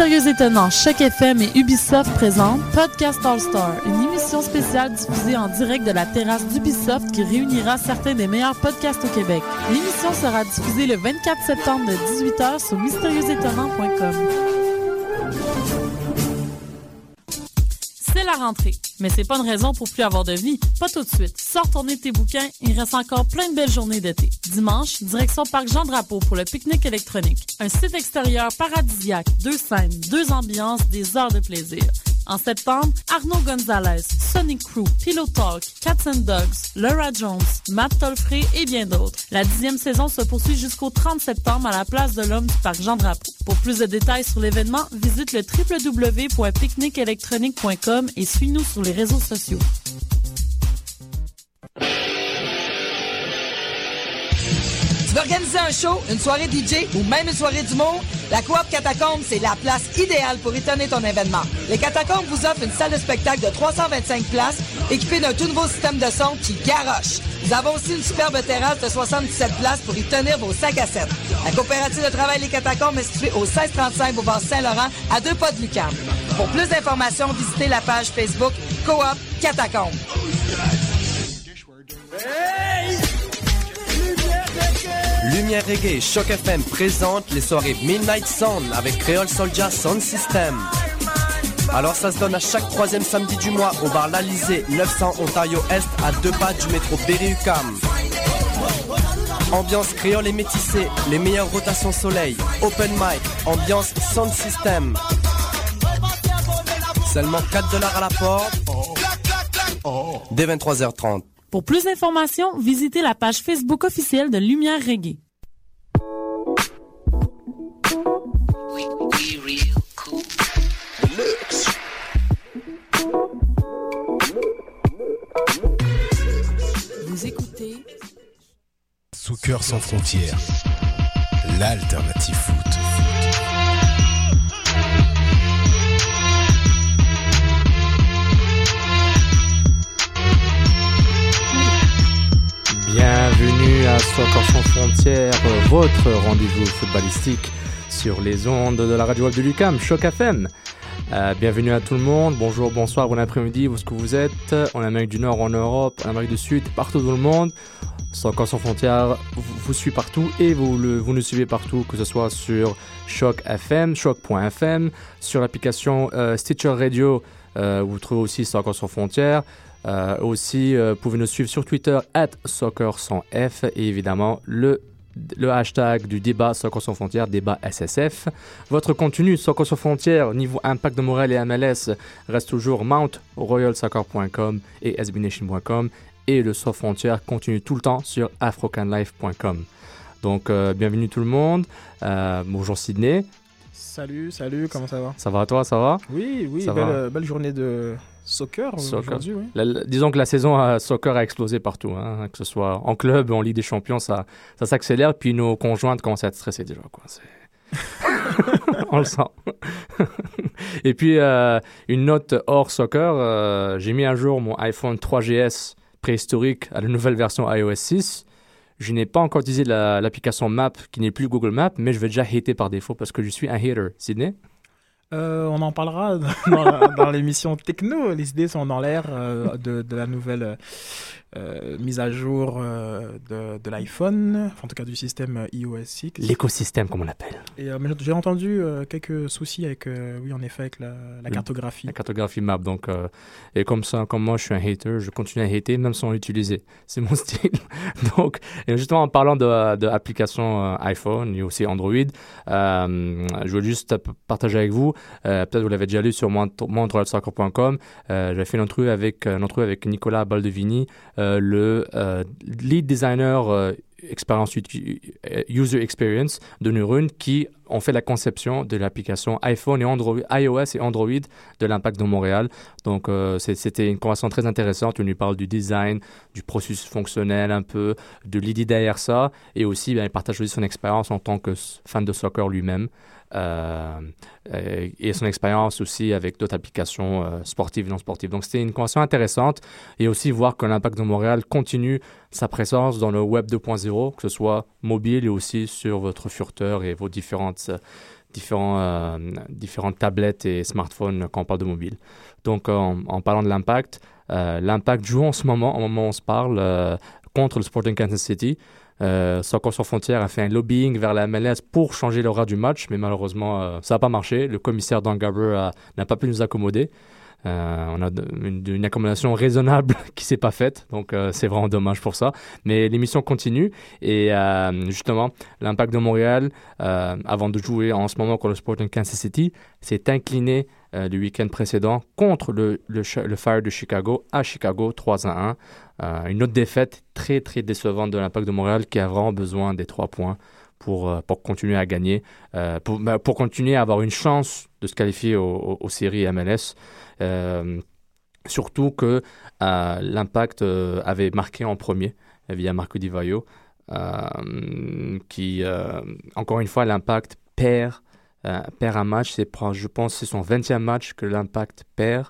Mystérieux Étonnant, Choc FM et Ubisoft présentent Podcast All-Star, une émission spéciale diffusée en direct de la terrasse d'Ubisoft qui réunira certains des meilleurs podcasts au Québec. L'émission sera diffusée le 24 septembre de 18h sur mystérieuxétonnant.com. C'est la rentrée, mais c'est pas une raison pour plus avoir de vie. Pas tout de suite. Sors tourner tes bouquins, il reste encore plein de belles journées d'été. Dimanche, direction Parc Jean-Drapeau pour le pique-nique électronique. Un site extérieur paradisiaque, 2 scènes, 2 ambiances, des heures de plaisir. En septembre, Arnaud Gonzalez, Sonic Crew, Pillow Talk, Cats and Dogs, Laura Jones, Matt Tolfré et bien d'autres. La 10e saison se poursuit jusqu'au 30 septembre à la Place de l'Homme du Parc Jean-Drapeau. Pour plus de détails sur l'événement, visite le www.picnicelectronique.com et suis-nous sur les réseaux sociaux. Tu veux organiser un show, une soirée DJ ou même une soirée d'humour? La Coop Catacombe, c'est la place idéale pour étonner ton événement. Les Catacombes vous offrent une salle de spectacle de 325 places équipée d'un tout nouveau système de son qui garoche. Nous avons aussi une superbe terrasse de 77 places pour y tenir vos sacs à 7. La coopérative de travail Les Catacombes est située au 1635 boulevard Saint-Laurent, à 2 pas de l'UQAM. Pour plus d'informations, visitez la page Facebook Coop Catacombe. Hey! Lumière Reggae et Choc FM présentent les soirées Midnight Sound avec Creole Soldier Sound System. Alors ça se donne à chaque 3e samedi du mois au bar l'Alizé, 900 Ontario Est, à 2 pas du métro Berry-UQAM. Ambiance créole et métissée, les meilleures rotations soleil, open mic, ambiance sound system. Seulement 4 $ à la porte, dès 23h30. Pour plus d'informations, visitez la page Facebook officielle de Lumière Reggae. Vous écoutez Soccer sans frontières, l'alternative foot. Bienvenue à Soccer sans frontières, votre rendez-vous footballistique sur les ondes de la radio web de l'UQAM, Choc FM. Bienvenue à tout le monde, bonjour, bonsoir, bon après-midi, où est-ce que vous êtes, en Amérique du Nord, en Europe, en Amérique du Sud, partout dans le monde. Soccer sans frontières vous suit partout et vous nous suivez partout, que ce soit sur Choc FM, choc.fm, sur l'application Stitcher Radio, où vous trouvez aussi Soccer sans frontières. Aussi, vous pouvez nous suivre sur Twitter @soccer100f et évidemment le hashtag du débat Soccer sans frontières, débat SSF. Votre contenu Soccer sans frontières, niveau Impact de Montréal et MLS, reste toujours mountroyalsoccer.com et sbnation.com et le sans frontières continue tout le temps sur afrocanlife.com. Donc, bienvenue tout le monde. Bonjour Sydney. Salut, comment ça va? Ça va toi, ça va? Oui, belle journée de soccer. Aujourd'hui, oui. Disons que la saison soccer a explosé partout, hein, que ce soit en club ou en Ligue des Champions, ça s'accélère, puis nos conjointes commencent à être stressées déjà, quoi. On le sent. Et puis, une note hors soccer, j'ai mis à jour mon iPhone 3GS préhistorique à la nouvelle version iOS 6. Je n'ai pas encore utilisé l'application Map, qui n'est plus Google Maps, mais je vais déjà hater par défaut parce que je suis un hater. Sydney? On en parlera dans l'émission Techno. Les idées sont dans l'air de la nouvelle mise à jour de l'iPhone, en tout cas du système iOS 6. L'écosystème, comme on l'appelle. Et mais j'ai entendu quelques soucis avec, en effet, avec la cartographie. La cartographie Map. Donc, et comme moi, je suis un hater, je continue à hater même sans l'utiliser. C'est mon style. Donc, et justement, en parlant d'applications iPhone et aussi Android, je voulais juste partager avec vous. Peut-être vous l'avez déjà lu sur montrealsoccer.com. J'avais fait une entrevue avec Nicolas Baldovini, le lead designer user experience de Neurune, qui ont fait la conception de l'application iPhone et Android, iOS et Android de l'Impact de Montréal. Donc c'était une conversation très intéressante. On lui parle du design, du processus fonctionnel un peu, de l'idée derrière ça, et aussi il partage aussi son expérience en tant que fan de soccer lui-même. Et son expérience aussi avec d'autres applications sportives et non sportives. Donc c'était une conversation intéressante, et aussi voir que l'Impact de Montréal continue sa présence dans le Web 2.0, que ce soit mobile et aussi sur votre furteur et vos différentes différentes tablettes et smartphones quand on parle de mobile. Donc, en parlant de l'Impact, l'Impact joue en ce moment, au moment où on se parle, contre le Sporting Kansas City. Soccer Sans Frontières a fait un lobbying vers la MLS pour changer l'horaire du match, mais malheureusement, ça n'a pas marché. Le commissaire Dan Garber n'a pas pu nous accommoder. On a une accommodation raisonnable qui s'est pas faite, donc c'est vraiment dommage pour ça. Mais l'émission continue et justement, l'Impact de Montréal, avant de jouer en ce moment contre le Sporting Kansas City, s'est incliné le week-end précédent contre le Fire de Chicago à Chicago 3-1. Une autre défaite très très décevante de l'Impact de Montréal qui a vraiment besoin des 3 points pour continuer à gagner, pour continuer à avoir une chance de se qualifier aux séries MLS. Surtout que l'Impact avait marqué en premier via Marco Di Vaio, qui, encore une fois, l'Impact perd un match. Je pense que c'est son 20e match que l'Impact perd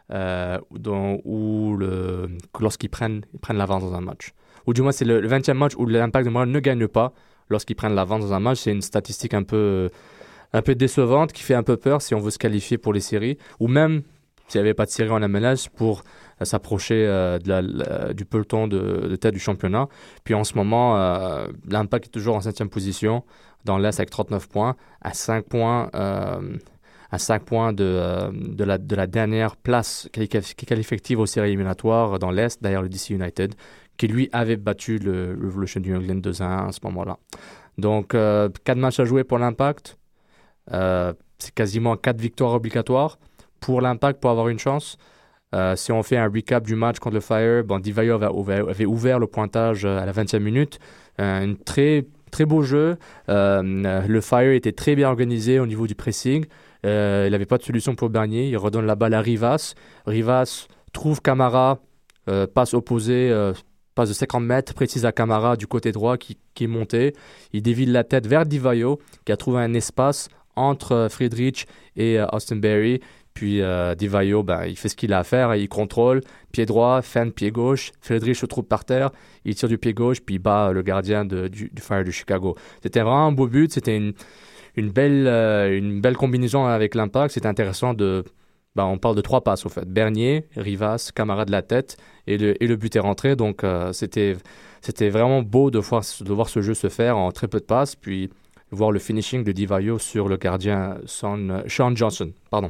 lorsqu'ils prennent l'avance dans un match. Ou du moins, c'est le 20e match où l'Impact de Montréal ne gagne pas lorsqu'ils prennent l'avance dans un match. C'est une statistique un peu décevante qui fait un peu peur si on veut se qualifier pour les séries, ou même s'il n'y avait pas de série en MLS pour s'approcher du peloton de tête du championnat. Puis en ce moment, l'Impact est toujours en 7e position dans l'Est avec 39 points, à 5 points de la dernière place qualificative aux séries éliminatoires dans l'Est, derrière le DC United, qui lui avait battu le Revolution New England 2-1 à ce moment-là. Donc, 4 matchs à jouer pour l'Impact. C'est quasiment 4 victoires obligatoires pour l'Impact pour avoir une chance. Si on fait un recap du match contre le Fire, Di Vaio avait ouvert le pointage à la 20e minute. Un très, très beau jeu. Le Fire était très bien organisé au niveau du pressing. Il n'avait pas de solution pour Bernier. Il redonne la balle à Rivas. Rivas trouve Camara, passe opposée, passe de 50 mètres, précise à Camara du côté droit qui est monté. Il dévie la tête vers Di Vaio, qui a trouvé un espace entre Friedrich et Austin Berry. Puis Di Vaio, il fait ce qu'il a à faire, il contrôle, pied droit, feinte, pied gauche. Friedrich se trouve par terre, il tire du pied gauche, puis il bat le gardien du Fire de Chicago. C'était vraiment un beau but, c'était une belle combinaison avec l'Impact. C'était intéressant on parle de 3 passes au fait. Bernier, Rivas, Camara de la tête, et le but est rentré. Donc c'était vraiment beau de voir ce jeu se faire en très peu de passes, puis voir le finishing de Di Vaio sur le gardien Sean Johnson.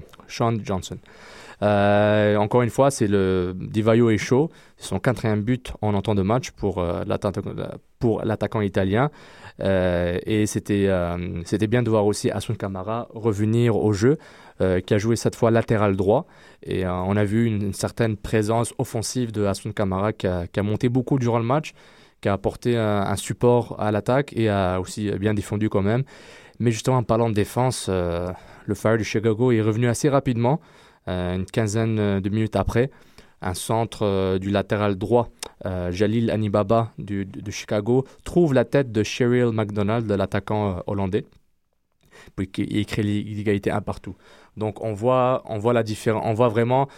Encore une fois, Di Vaio est chaud. C'est son 4e but en temps de match pour l'attaquant italien. Et c'était bien de voir aussi Asun Camara revenir au jeu, qui a joué cette fois latéral droit. Et on a vu une certaine présence offensive de Asun Camara qui a monté beaucoup durant le match, qui a apporté un support à l'attaque et a aussi bien défendu quand même. Mais justement, en parlant de défense, le Fire de Chicago est revenu assez rapidement, une quinzaine de minutes après. Un centre du latéral droit, Jalil Anibaba de Chicago, trouve la tête de Cheryl McDonald, de l'attaquant hollandais, puis il crée l'égalité 1 partout. Donc on voit la différence, on voit vraiment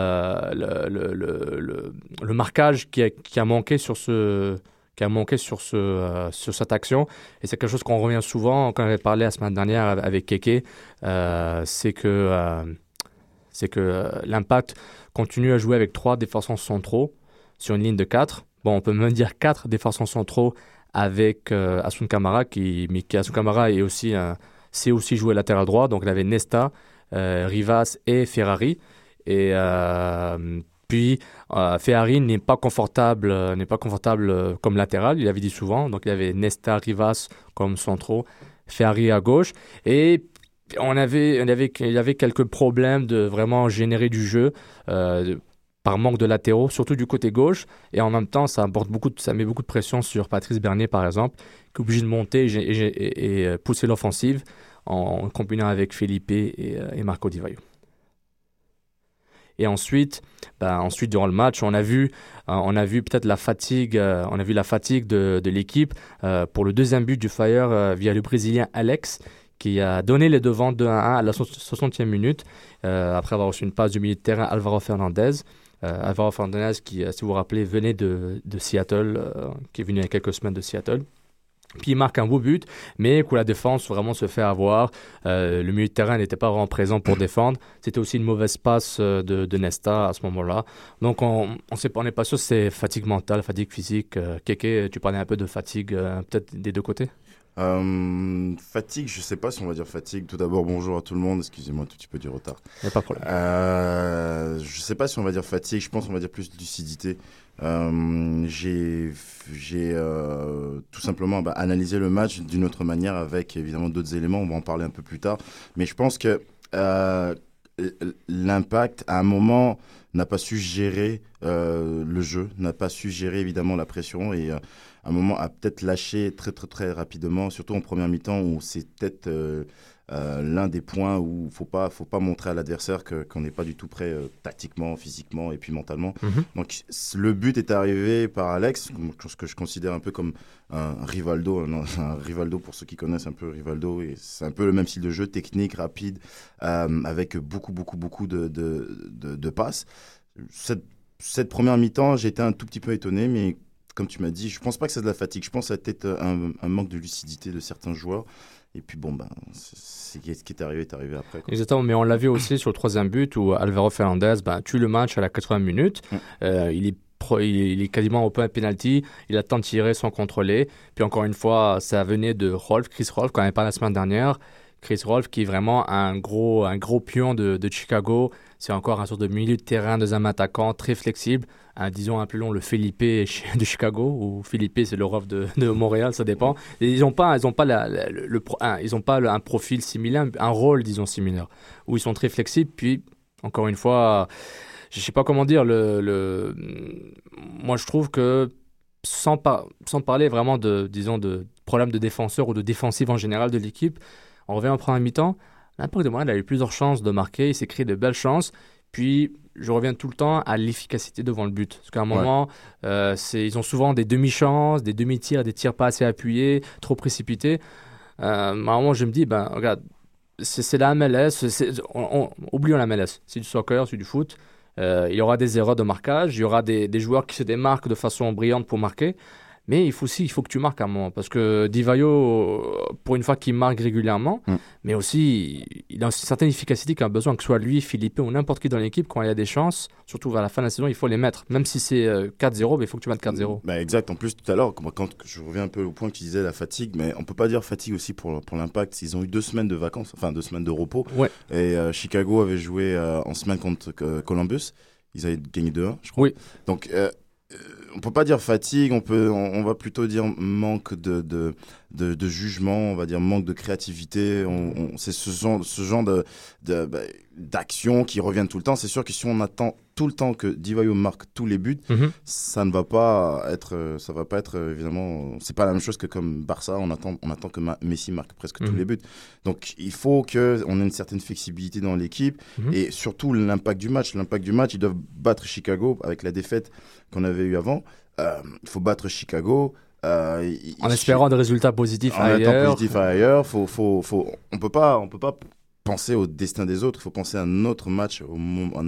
le marquage qui a manqué sur cette action. Et c'est quelque chose qu'on revient souvent quand on avait parlé la semaine dernière avec Keke, c'est que l'Impact continue à jouer avec 3 défenseurs centraux sur une ligne de 4. On peut même dire 4 défenseurs centraux avec Asun Camara, mais Asun Camara sait aussi jouer latéral droit. Donc il avait Nesta, Rivas et Ferrari. Et puis Ferrari n'est pas confortable comme latéral, il l'avait dit souvent. Donc il y avait Nesta, Rivas comme centraux, Ferrari à gauche. Et il y avait quelques problèmes de vraiment générer du jeu par manque de latéraux, surtout du côté gauche. Et en même temps, ça met beaucoup de pression sur Patrice Bernier, par exemple, qui est obligé de monter et pousser l'offensive en combinant avec Felipe et Marco Di Vaio. Et ensuite, durant le match, on a vu peut-être la fatigue de l'équipe pour le 2e but du Fire via le Brésilien Alex, qui a donné les devants 2-1 à la 60e minute, après avoir reçu une passe du milieu de terrain Alvaro Fernandez. Alvaro Fernandez qui, si vous vous rappelez, venait de Seattle, qui est venu il y a quelques semaines de Seattle. Puis il marque un beau but, mais où la défense vraiment se fait avoir. Le milieu de terrain n'était pas vraiment présent pour défendre. C'était aussi une mauvaise passe de Nesta à ce moment-là. Donc on n'est pas sûr si c'est fatigue mentale, fatigue physique. Kéké, tu parlais un peu de fatigue, peut-être des deux côtés? Fatigue, je sais pas si on va dire fatigue. Tout d'abord, bonjour à tout le monde. Excusez-moi un tout petit peu du retard. Il n'y a pas de problème. Je sais pas si on va dire fatigue. Je pense qu'on va dire plus lucidité. J'ai tout simplement analysé le match d'une autre manière avec évidemment d'autres éléments. On va en parler un peu plus tard. Mais je pense que l'Impact, à un moment, n'a pas su gérer le jeu, n'a pas su gérer évidemment la pression et à un moment a peut-être lâché très très très rapidement, surtout en première mi-temps où c'est peut-être l'un des points où faut pas montrer à l'adversaire qu'on n'est pas du tout prêt tactiquement, physiquement et puis mentalement. Donc le but est arrivé par Alex, ce que je considère un peu comme un Rivaldo, un Rivaldo pour ceux qui connaissent un peu Rivaldo, et c'est un peu le même style de jeu, technique, rapide, avec beaucoup de passes. Cette première mi-temps, j'ai été un tout petit peu étonné, mais comme tu m'as dit, je pense pas que c'est de la fatigue. Je pense que ça a été un manque de lucidité de certains joueurs. Et puis ce qui est arrivé après, quoi. Exactement, mais on l'a vu aussi sur le troisième but où Alvaro Fernandez tue le match à la 80 minutes. Il est quasiment au point de penalty. Il attend de tirer sans contrôler. Puis encore une fois, ça venait de Chris Rolfe, qu'on n'avait pas la semaine dernière. Chris Rolfe qui est vraiment un gros pion de Chicago. C'est encore un sorte de milieu de terrain, deuxième attaquant, très flexible. Disons un peu long, le Felipe de Chicago, ou Felipe c'est le Rolfe de Montréal, ça dépend. Et ils n'ont pas un profil similaire, un rôle disons similaire, où ils sont très flexibles. Puis encore une fois, je ne sais pas comment dire, moi je trouve que sans parler vraiment de problèmes de défenseurs ou de défensive en général de l'équipe, on revient en première mi-temps. L'Impact de Montréal a eu plusieurs chances de marquer, il s'est créé de belles chances. Puis, je reviens tout le temps à l'efficacité devant le but. Parce qu'à un moment, ils ont souvent des demi-chances, des demi-tirs, des tirs pas assez appuyés, trop précipités. À un moment, je me dis, regarde, c'est la MLS, oublions la MLS. C'est du soccer, c'est du foot. Il y aura des erreurs de marquage, il y aura des joueurs qui se démarquent de façon brillante pour marquer. Mais il faut que tu marques à un moment. Parce que Di Vaio, pour une fois qu'il marque régulièrement, mais aussi, il a une certaine efficacité qu'il a besoin, que ce soit lui, Philippe ou n'importe qui dans l'équipe, quand il y a des chances, surtout vers la fin de la saison, il faut les mettre. Même si c'est 4-0, mais il faut que tu mettes 4-0. Exact. En plus, tout à l'heure, quand je reviens un peu au point que tu disais, la fatigue, mais on ne peut pas dire fatigue aussi pour l'Impact. Ils ont eu 2 semaines de vacances, enfin 2 semaines de repos. Ouais. Et Chicago avait joué en semaine contre Columbus. Ils avaient gagné 2-1, je crois. Oui. Donc, on peut pas dire fatigue, on va plutôt dire manque de jugement, on va dire manque de créativité. C'est ce genre d'action qui revient tout le temps. C'est sûr que si on attend tout le temps que Di Vaio marque tous les buts, ça va pas être évidemment, c'est pas la même chose que comme Barça, on attend que Messi marque presque tous les buts. Donc il faut que on ait une certaine flexibilité dans l'équipe et surtout l'impact du match, ils doivent battre Chicago avec la défaite qu'on avait eue avant. Il faut battre Chicago en espérant des résultats positifs ailleurs. On peut pas penser au destin des autres, il faut penser à un autre match, au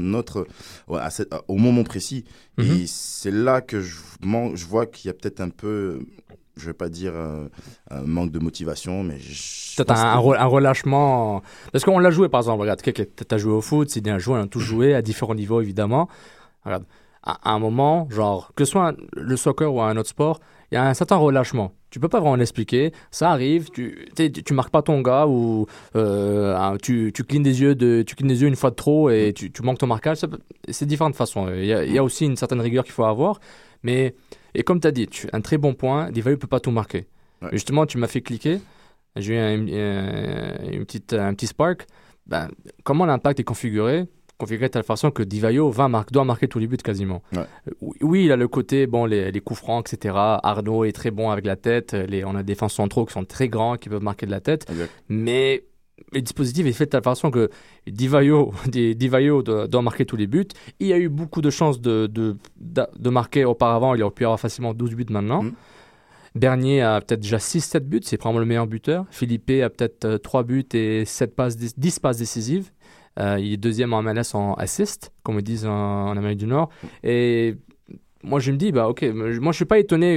moment précis. Et c'est là que je vois qu'il y a peut-être un peu, je vais pas dire un manque de motivation, mais peut-être un relâchement. Parce qu'on l'a joué, par exemple, regarde, tu as joué au foot, c'est bien joué, on a tous joué à différents niveaux, évidemment. Regarde, à un moment, genre, que ce soit le soccer ou un autre sport, il y a un certain relâchement. Tu peux pas vraiment l'expliquer. Ça arrive, tu marques pas ton gars ou tu clignes des yeux une fois de trop et tu manques ton marquage. C'est différentes façons. Il y a aussi une certaine rigueur qu'il faut avoir. Mais, et comme tu as dit, un très bon point, Di Vaio ne peut pas tout marquer. Ouais. Justement, tu m'as fait cliquer. J'ai eu un petit spark. Comment l'impact est configuré de telle façon que Di Vaio doit marquer tous les buts quasiment. Ouais. Oui, il a le côté, les coups francs, etc. Arnaud est très bon avec la tête. On a des défenseurs centraux qui sont très grands, qui peuvent marquer de la tête. Okay. Mais le dispositif est fait de telle façon que Di Vaio doit marquer tous les buts. Il y a eu beaucoup de chances de marquer auparavant. Il aurait pu avoir facilement 12 buts maintenant. Bernier a peut-être déjà 6-7 buts. C'est probablement le meilleur buteur. Philippe a peut-être 3 buts et 10 passes décisives. Il est deuxième en MLS en assist, comme ils disent en Amérique du Nord. Et moi, je me dis, ok, moi, je ne suis pas étonné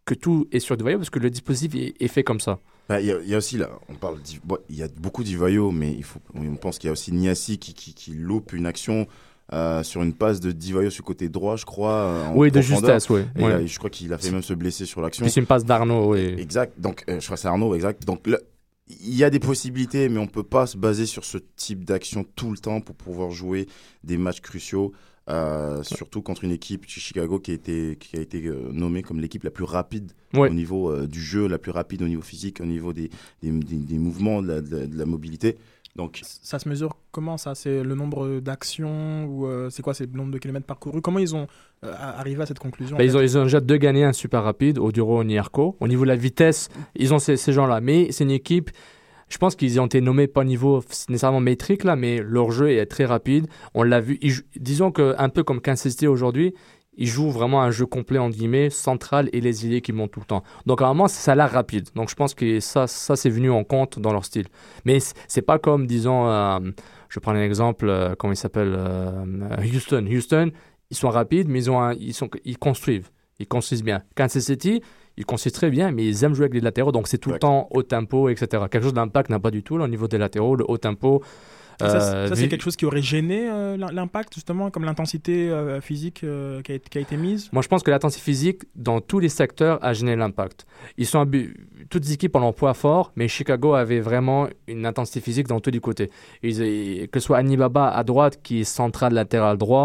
que tout est sur Divayo parce que le dispositif est fait comme ça. Il y a aussi, là, il y a beaucoup d'Ivayo, mais on pense qu'il y a aussi Niassi qui loupe une action sur une passe de Divayo sur le côté droit, je crois. Oui, de justesse, oui. Ouais. Je crois qu'il a fait même se blesser sur l'action. C'est une passe d'Arnaud, oui. Exact, donc je crois que c'est Arnaud, exact. Donc là, il y a des possibilités, mais on ne peut pas se baser sur ce type d'action tout le temps pour pouvoir jouer des matchs cruciaux. Surtout contre une équipe chez Chicago qui a été nommée comme l'équipe la plus rapide au niveau du jeu, la plus rapide au niveau physique, au niveau des mouvements, de la mobilité. Donc, ça se mesure comment ça? C'est le nombre d'actions ou c'est quoi? C'est le nombre de kilomètres parcourus? Comment ils ont arrivé à cette conclusion? Ils ont déjà 2 Ghanéens super rapides, Oduro et Nyarko. Au niveau de la vitesse, ils ont ces gens-là. Mais c'est une équipe, je pense qu'ils ont été nommés pas au niveau nécessairement métrique, là, mais leur jeu est très rapide. On l'a vu. Disons qu'un peu comme Kansas City aujourd'hui, ils jouent vraiment un jeu complet, entre guillemets, central et les ailiers qui montent tout le temps. Donc, à un moment, ça a l'air rapide. Donc, je pense que ça c'est venu en compte dans leur style. Mais c'est pas comme, disons, je prends un exemple, comment il s'appelle, Houston. Houston, ils sont rapides, mais ils construisent. Ils construisent bien. Kansas City, ils construisent très bien, mais ils aiment jouer avec les latéraux. Donc, c'est tout le temps haut tempo, etc. Quelque chose d'impact n'a pas du tout là, au niveau des latéraux, le haut tempo. Ça, c'est quelque chose qui aurait gêné l'impact, justement, comme l'intensité physique qui a été mise? Moi, je pense que l'intensité physique, dans tous les secteurs, a gêné l'impact. Toutes les équipes ont un poids fort, mais Chicago avait vraiment une intensité physique dans tous les côtés. Que ce soit Anibaba à droite, qui est central latéral droit.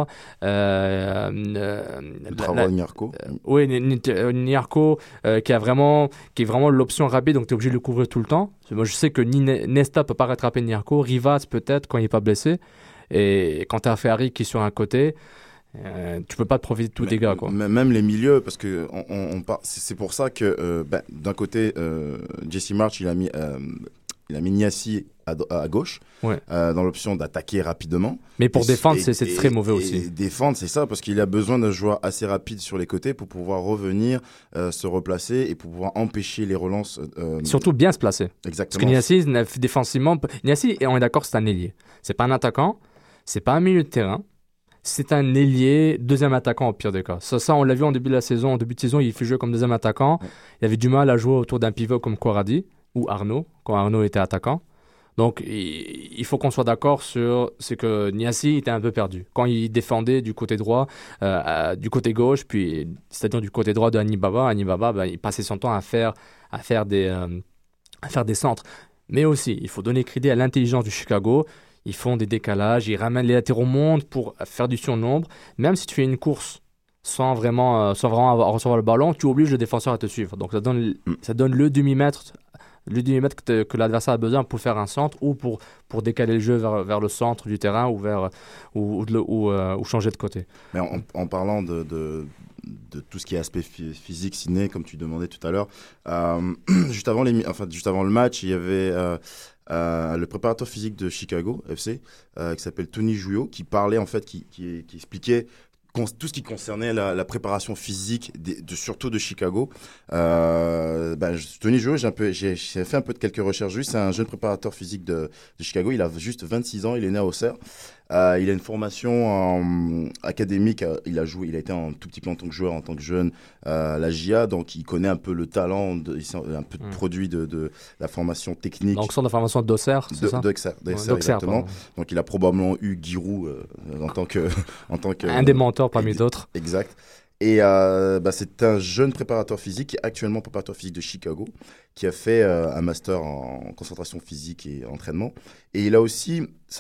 Nyarko. Oui, Nyarko, qui est vraiment l'option rapide, donc tu es obligé de le couvrir tout le temps. Moi, je sais que Nesta ne peut pas rattraper Nyarko, Rivas peut-être quand il n'est pas blessé. Et quand tu as Ferrari qui est sur un côté, tu peux pas te profiter de tous les gars, quoi. Même les milieux, parce que c'est pour ça que d'un côté, Jesse March, il a mis Niassi à gauche, dans l'option d'attaquer rapidement. Mais pour défendre, c'est très mauvais aussi. Et défendre, c'est ça, parce qu'il a besoin d'un joueur assez rapide sur les côtés pour pouvoir revenir, se replacer et pour pouvoir empêcher les relances. Surtout bien se placer. Exactement. Parce que Niassi, défensivement, Niassi, on est d'accord, c'est un ailier. C'est pas un attaquant, c'est pas un milieu de terrain. C'est un ailier, deuxième attaquant au pire des cas. Ça, on l'a vu en début de saison, il fait jouer comme deuxième attaquant. Il avait du mal à jouer autour d'un pivot comme Corradi ou Arnaud, quand Arnaud était attaquant. Donc, il faut qu'on soit d'accord sur ce que Niassi était un peu perdu. Quand il défendait du côté droit, du côté gauche, puis c'est-à-dire du côté droit de Anibaba, il passait son temps à faire des centres. Mais aussi, il faut donner crédit à l'intelligence du Chicago. Ils font des décalages, ils ramènent les latéraux monte pour faire du surnombre. Même si tu fais une course sans vraiment recevoir le ballon, tu obliges le défenseur à te suivre. Donc ça donne le demi-mètre que l'adversaire a besoin pour faire un centre ou pour décaler le jeu vers le centre du terrain ou changer de côté. Mais en parlant de tout ce qui est aspect physique, ciné, comme tu demandais tout à l'heure, juste avant le match, il y avait le préparateur physique de Chicago FC qui s'appelle Tony Jouillot, qui parlait en fait, qui expliquait tout ce qui concernait la préparation physique surtout de Chicago. Tony Jouillot, j'ai fait un peu de quelques recherches. C'est un jeune préparateur physique de Chicago. Il a juste 26 ans. Il est né à Auxerre. Il a une formation académique. Il a été un tout petit peu en tant que joueur, en tant que jeune à la GIA. Donc, il connaît un peu le talent, un peu de produit de la formation technique. Donc, centre de formation d'Auxerre, c'est ça? D'Auxerre, exactement. Pardon. Donc, il a probablement eu Giroud en tant que un des mentors parmi d'autres. Exact. Et c'est un jeune préparateur physique qui est actuellement préparateur physique de Chicago, qui a fait un master en concentration physique et entraînement. Et il a aussi, sa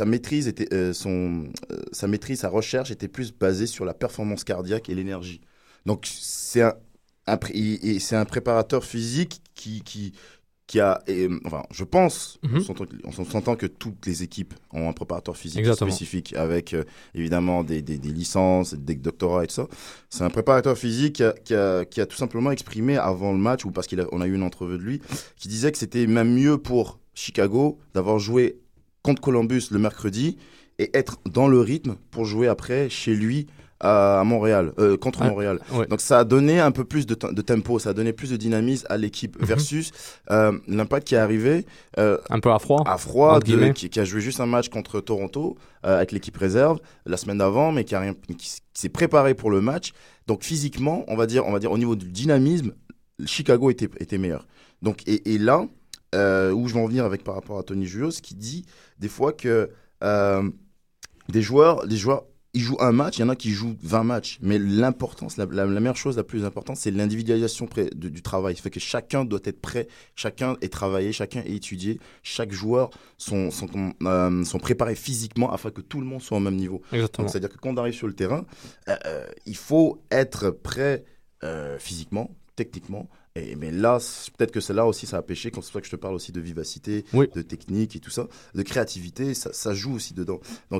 recherche était plus basée sur la performance cardiaque et l'énergie. Donc c'est un préparateur physique qui a, je pense, on s'entend que toutes les équipes ont un préparateur physique spécifique avec évidemment des licences, des doctorats et tout ça. C'est un préparateur physique qui a tout simplement exprimé avant le match, ou parce qu'on a eu une entrevue de lui, qui disait que c'était même mieux pour Chicago d'avoir joué contre Columbus le mercredi et être dans le rythme pour jouer après chez lui à Montréal, contre Montréal. Ouais. Donc ça a donné un peu plus de tempo, ça a donné plus de dynamisme à l'équipe versus l'Impact qui est arrivé un peu à froid, qui a joué juste un match contre Toronto avec l'équipe réserve la semaine d'avant, mais qui s'est préparé pour le match. Donc physiquement, on va dire au niveau du dynamisme, Chicago était meilleur. Donc, et là, où je vais en venir par rapport à Tony Julios, qui dit des fois que des joueurs, ils jouent un match, il y en a qui jouent 20 matchs. Mais l'importance, la meilleure chose, la plus importante, c'est l'individualisation du travail. Ça fait que chacun doit être prêt, chacun est travaillé, chacun est étudié. Chaque joueur sont préparés physiquement afin que tout le monde soit au même niveau. Exactement. Donc, c'est-à-dire que quand on arrive sur le terrain, il faut être prêt physiquement, techniquement. Mais là, peut-être que c'est là aussi, ça a pêché. C'est pour ça que je te parle aussi de vivacité, de technique et tout ça. De créativité, ça joue aussi dedans. Donc,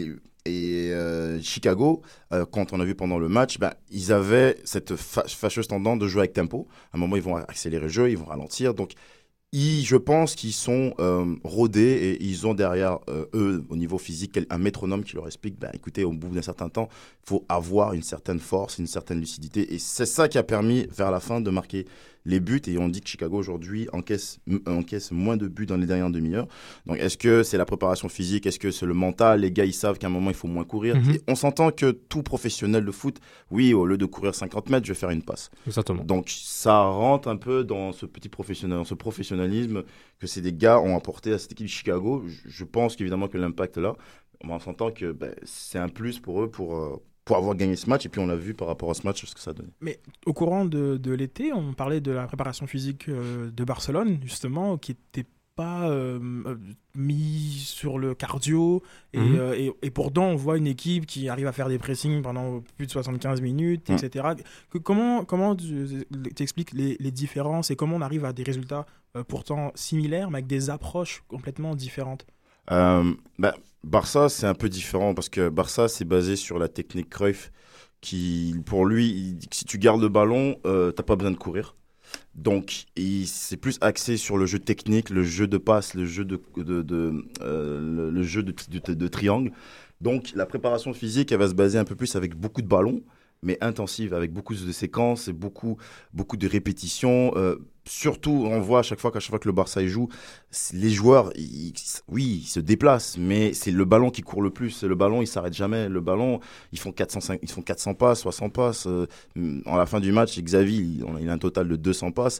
Chicago, quand on a vu pendant le match, ils avaient cette fâcheuse tendance de jouer avec tempo. À un moment, ils vont accélérer le jeu, ils vont ralentir. Donc, je pense qu'ils sont rodés et ils ont derrière eux, au niveau physique, un métronome qui leur explique, écoutez, au bout d'un certain temps, il faut avoir une certaine force, une certaine lucidité. Et c'est ça qui a permis, vers la fin, de marquer les buts. Et on dit que Chicago, aujourd'hui, encaisse moins de buts dans les dernières demi-heures. Donc, est-ce que c'est la préparation physique? Est-ce que c'est le mental? Les gars, ils savent qu'à un moment, il faut moins courir. Et on s'entend que tout professionnel de foot, oui, au lieu de courir 50 mètres, je vais faire une passe. Exactement. Donc, ça rentre un peu dans ce petit professionnalisme que ces des gars ont apporté à cette équipe de Chicago. Je pense qu'évidemment que l'impact là, on s'entend que c'est un plus pour eux pour avoir gagné ce match. Et puis, on l'a vu par rapport à ce match, ce que ça donne. Mais au courant de l'été, on parlait de la préparation physique de Barcelone, justement, qui n'était pas mis sur le cardio. Et pourtant, on voit une équipe qui arrive à faire des pressings pendant plus de 75 minutes, etc. Comment tu expliques les différences et comment on arrive à des résultats pourtant similaires, mais avec des approches complètement différentes? Barça, c'est un peu différent parce que Barça, c'est basé sur la technique Cruyff qui, pour lui, si tu gardes le ballon, t'as pas besoin de courir. Donc, c'est plus axé sur le jeu technique, le jeu de passe, le jeu le jeu de triangle. Donc, la préparation physique, elle va se baser un peu plus avec beaucoup de ballons, mais intensive, avec beaucoup de séquences et beaucoup de répétitions. Surtout, on voit à chaque fois que le Barça joue, les joueurs, ils se déplacent, mais c'est le ballon qui court le plus. C'est le ballon, il s'arrête jamais. Le ballon, ils font 400 passes, 300 passes. En la fin du match, Xavi, il a un total de 200 passes.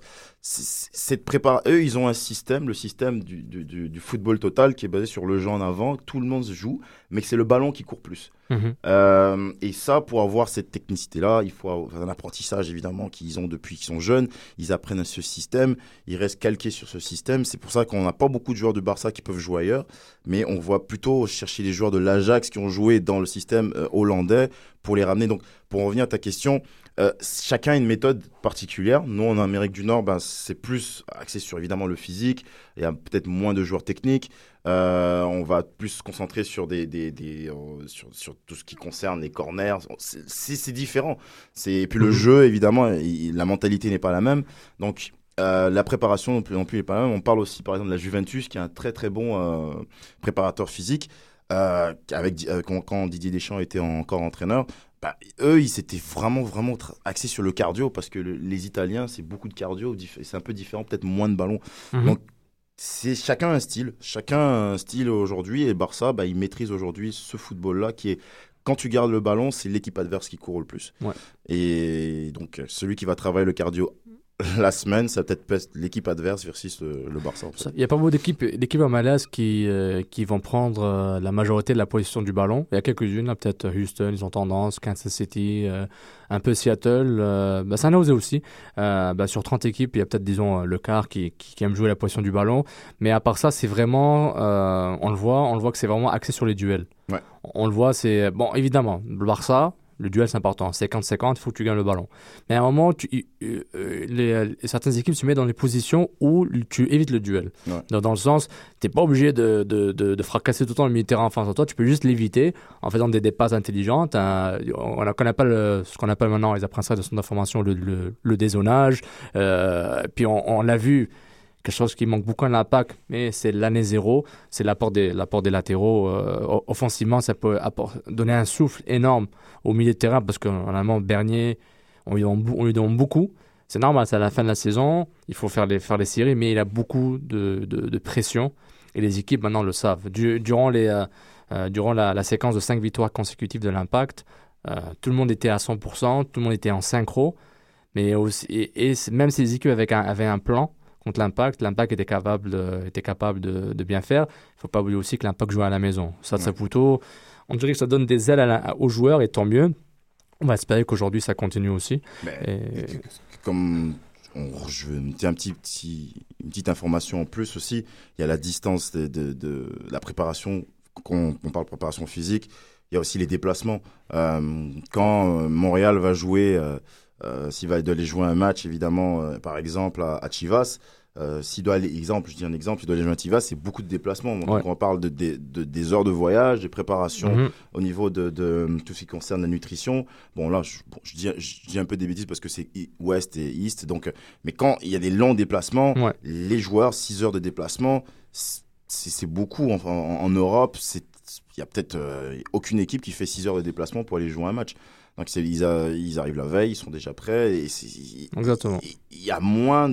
Eux, ils ont un système, le système du football total qui est basé sur le jeu en avant. Tout le monde se joue, mais c'est le ballon qui court plus. Et ça, pour avoir cette technicité-là, il faut avoir un apprentissage évidemment qu'ils ont depuis qu'ils sont jeunes. Ils apprennent à ce système, ils restent calqués sur ce système. C'est pour ça qu'on n'a pas beaucoup de joueurs de Barça qui peuvent jouer ailleurs, mais on voit plutôt chercher les joueurs de l'Ajax qui ont joué dans le système hollandais pour les ramener. Donc, pour en revenir à ta question, chacun a une méthode particulière. Nous, en Amérique du Nord, c'est plus axé sur évidemment le physique. Il y a peut-être moins de joueurs techniques. On va plus se concentrer sur sur tout ce qui concerne les corners. C'est différent. Et puis le jeu, évidemment, la mentalité n'est pas la même. Donc, la préparation non plus n'est pas la même. On parle aussi, par exemple, de la Juventus, qui est un très très bon préparateur physique. Quand Didier Deschamps était encore entraîneur, eux, ils s'étaient vraiment axés sur le cardio parce que les Italiens, c'est beaucoup de cardio, c'est un peu différent, peut-être moins de ballons. Donc, chacun a un style aujourd'hui, et Barça, il maîtrise aujourd'hui ce football-là qui est, quand tu gardes le ballon, c'est l'équipe adverse qui court le plus. Ouais. Et donc, celui qui va travailler le cardio la semaine, ça va peut-être l'équipe adverse versus le Barça. En fait. Il n'y a pas beaucoup d'équipes en Malaise qui vont prendre la majorité de la position du ballon. Il y a quelques-unes, là, peut-être Houston, ils ont tendance, Kansas City, un peu Seattle, San Jose aussi. Sur 30 équipes, il y a peut-être, disons, le quart qui aime jouer la position du ballon. Mais à part ça, c'est vraiment, on le voit que c'est vraiment axé sur les duels. Ouais. On le voit, c'est, bon, évidemment, le Barça, le duel, c'est important. 50-50, il faut que tu gagnes le ballon. Mais à un moment, certaines équipes se mettent dans les positions où tu évites le duel. Ouais. Dans le sens, tu n'es pas obligé de fracasser tout le temps le milieu de terrain en face de toi. Tu peux juste l'éviter en faisant des passes intelligentes. On connaît pas ce qu'on appelle maintenant, les apprentissages de son information, le dézonage. Puis on l'a vu. Quelque chose qui manque beaucoup à l'Impact, mais c'est l'année zéro, c'est l'apport des latéraux. Offensivement, ça peut donner un souffle énorme au milieu de terrain parce qu'en allemand, Bernier, on lui donne beaucoup. C'est normal, c'est à la fin de la saison, il faut faire les séries, mais il a beaucoup de pression et les équipes maintenant le savent. Durant la séquence de 5 victoires consécutives de l'Impact, tout le monde était à 100%, tout le monde était en synchro. Mais aussi, même si les équipes avaient un plan contre l'Impact était capable de bien faire. Il ne faut pas oublier aussi que l'Impact jouait à la maison. Ça, Saputo, on dirait que ça donne des ailes aux joueurs, et tant mieux. On va espérer qu'aujourd'hui, ça continue aussi. Je veux mettre une petite information en plus aussi. Il y a la distance de la préparation. Quand on parle de préparation physique, il y a aussi les déplacements. Quand Montréal va jouer, s'il va aller jouer un match, évidemment, par exemple, à Chivas, s'il doit aller, il doit aller jouer à Chivas, c'est beaucoup de déplacements. Donc, on parle des heures de voyage, des préparations au niveau de tout ce qui concerne la nutrition. Bon, là, je dis un peu des bêtises parce que c'est Ouest et East. Donc, mais quand il y a des longs déplacements, les joueurs, 6 heures de déplacement, c'est beaucoup. En Europe, il y a peut-être aucune équipe qui fait 6 heures de déplacement pour aller jouer un match. Donc ils arrivent la veille, ils sont déjà prêts. Et exactement. Il y a moins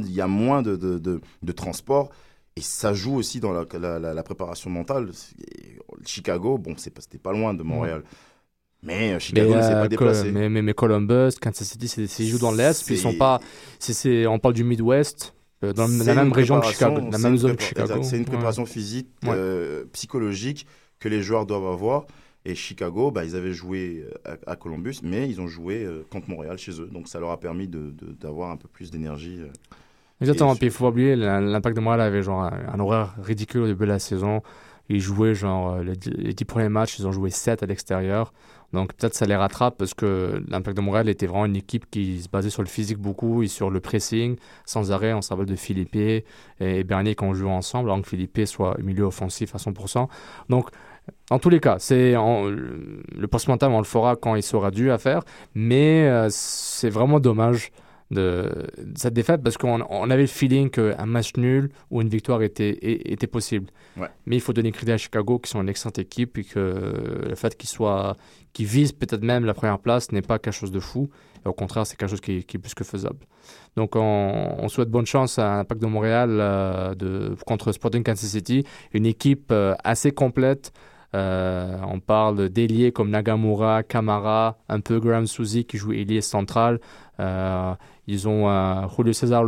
de transport, et ça joue aussi dans la préparation mentale. Chicago, bon, c'était pas loin de Montréal. Mais Chicago ne s'est pas déplacé. Mais Columbus, Kansas City, ils jouent dans l'Est, puis ils sont pas. On parle du Midwest. Dans la même région que Chicago, la même zone que Chicago. Exact. C'est une préparation physique, psychologique que les joueurs doivent avoir. Et Chicago, ils avaient joué à Columbus, mais ils ont joué contre Montréal chez eux. Donc ça leur a permis d'avoir un peu plus d'énergie. Exactement. Puis il faut pas oublier, l'Impact de Montréal avait un horaire ridicule au début de la saison. Ils jouaient les 10 premiers matchs, ils ont joué 7 à l'extérieur. Donc peut-être ça les rattrape, parce que l'Impact de Montréal était vraiment une équipe qui se basait sur le physique beaucoup et sur le pressing sans arrêt. On se rappelle de Philippe et Bernier quand on jouait ensemble, alors que Philippe soit milieu offensif à 100%. Donc en tous les cas, le post mental, on le fera quand il sera dû à faire, mais c'est vraiment dommage de cette défaite, parce qu'on avait le feeling qu'un match nul ou une victoire était possible. Mais il faut donner crédit à Chicago, qui sont une excellente équipe, et que le fait qu'ils visent peut-être même la première place n'est pas quelque chose de fou. Et au contraire, c'est quelque chose qui est plus que faisable. Donc on souhaite bonne chance à l'Impact de Montréal contre Sporting Kansas City, une équipe assez complète. On parle d'ailiers comme Nagamura, Kamara, un peu Graham Suzy qui joue ailier central. Ils ont Julio César,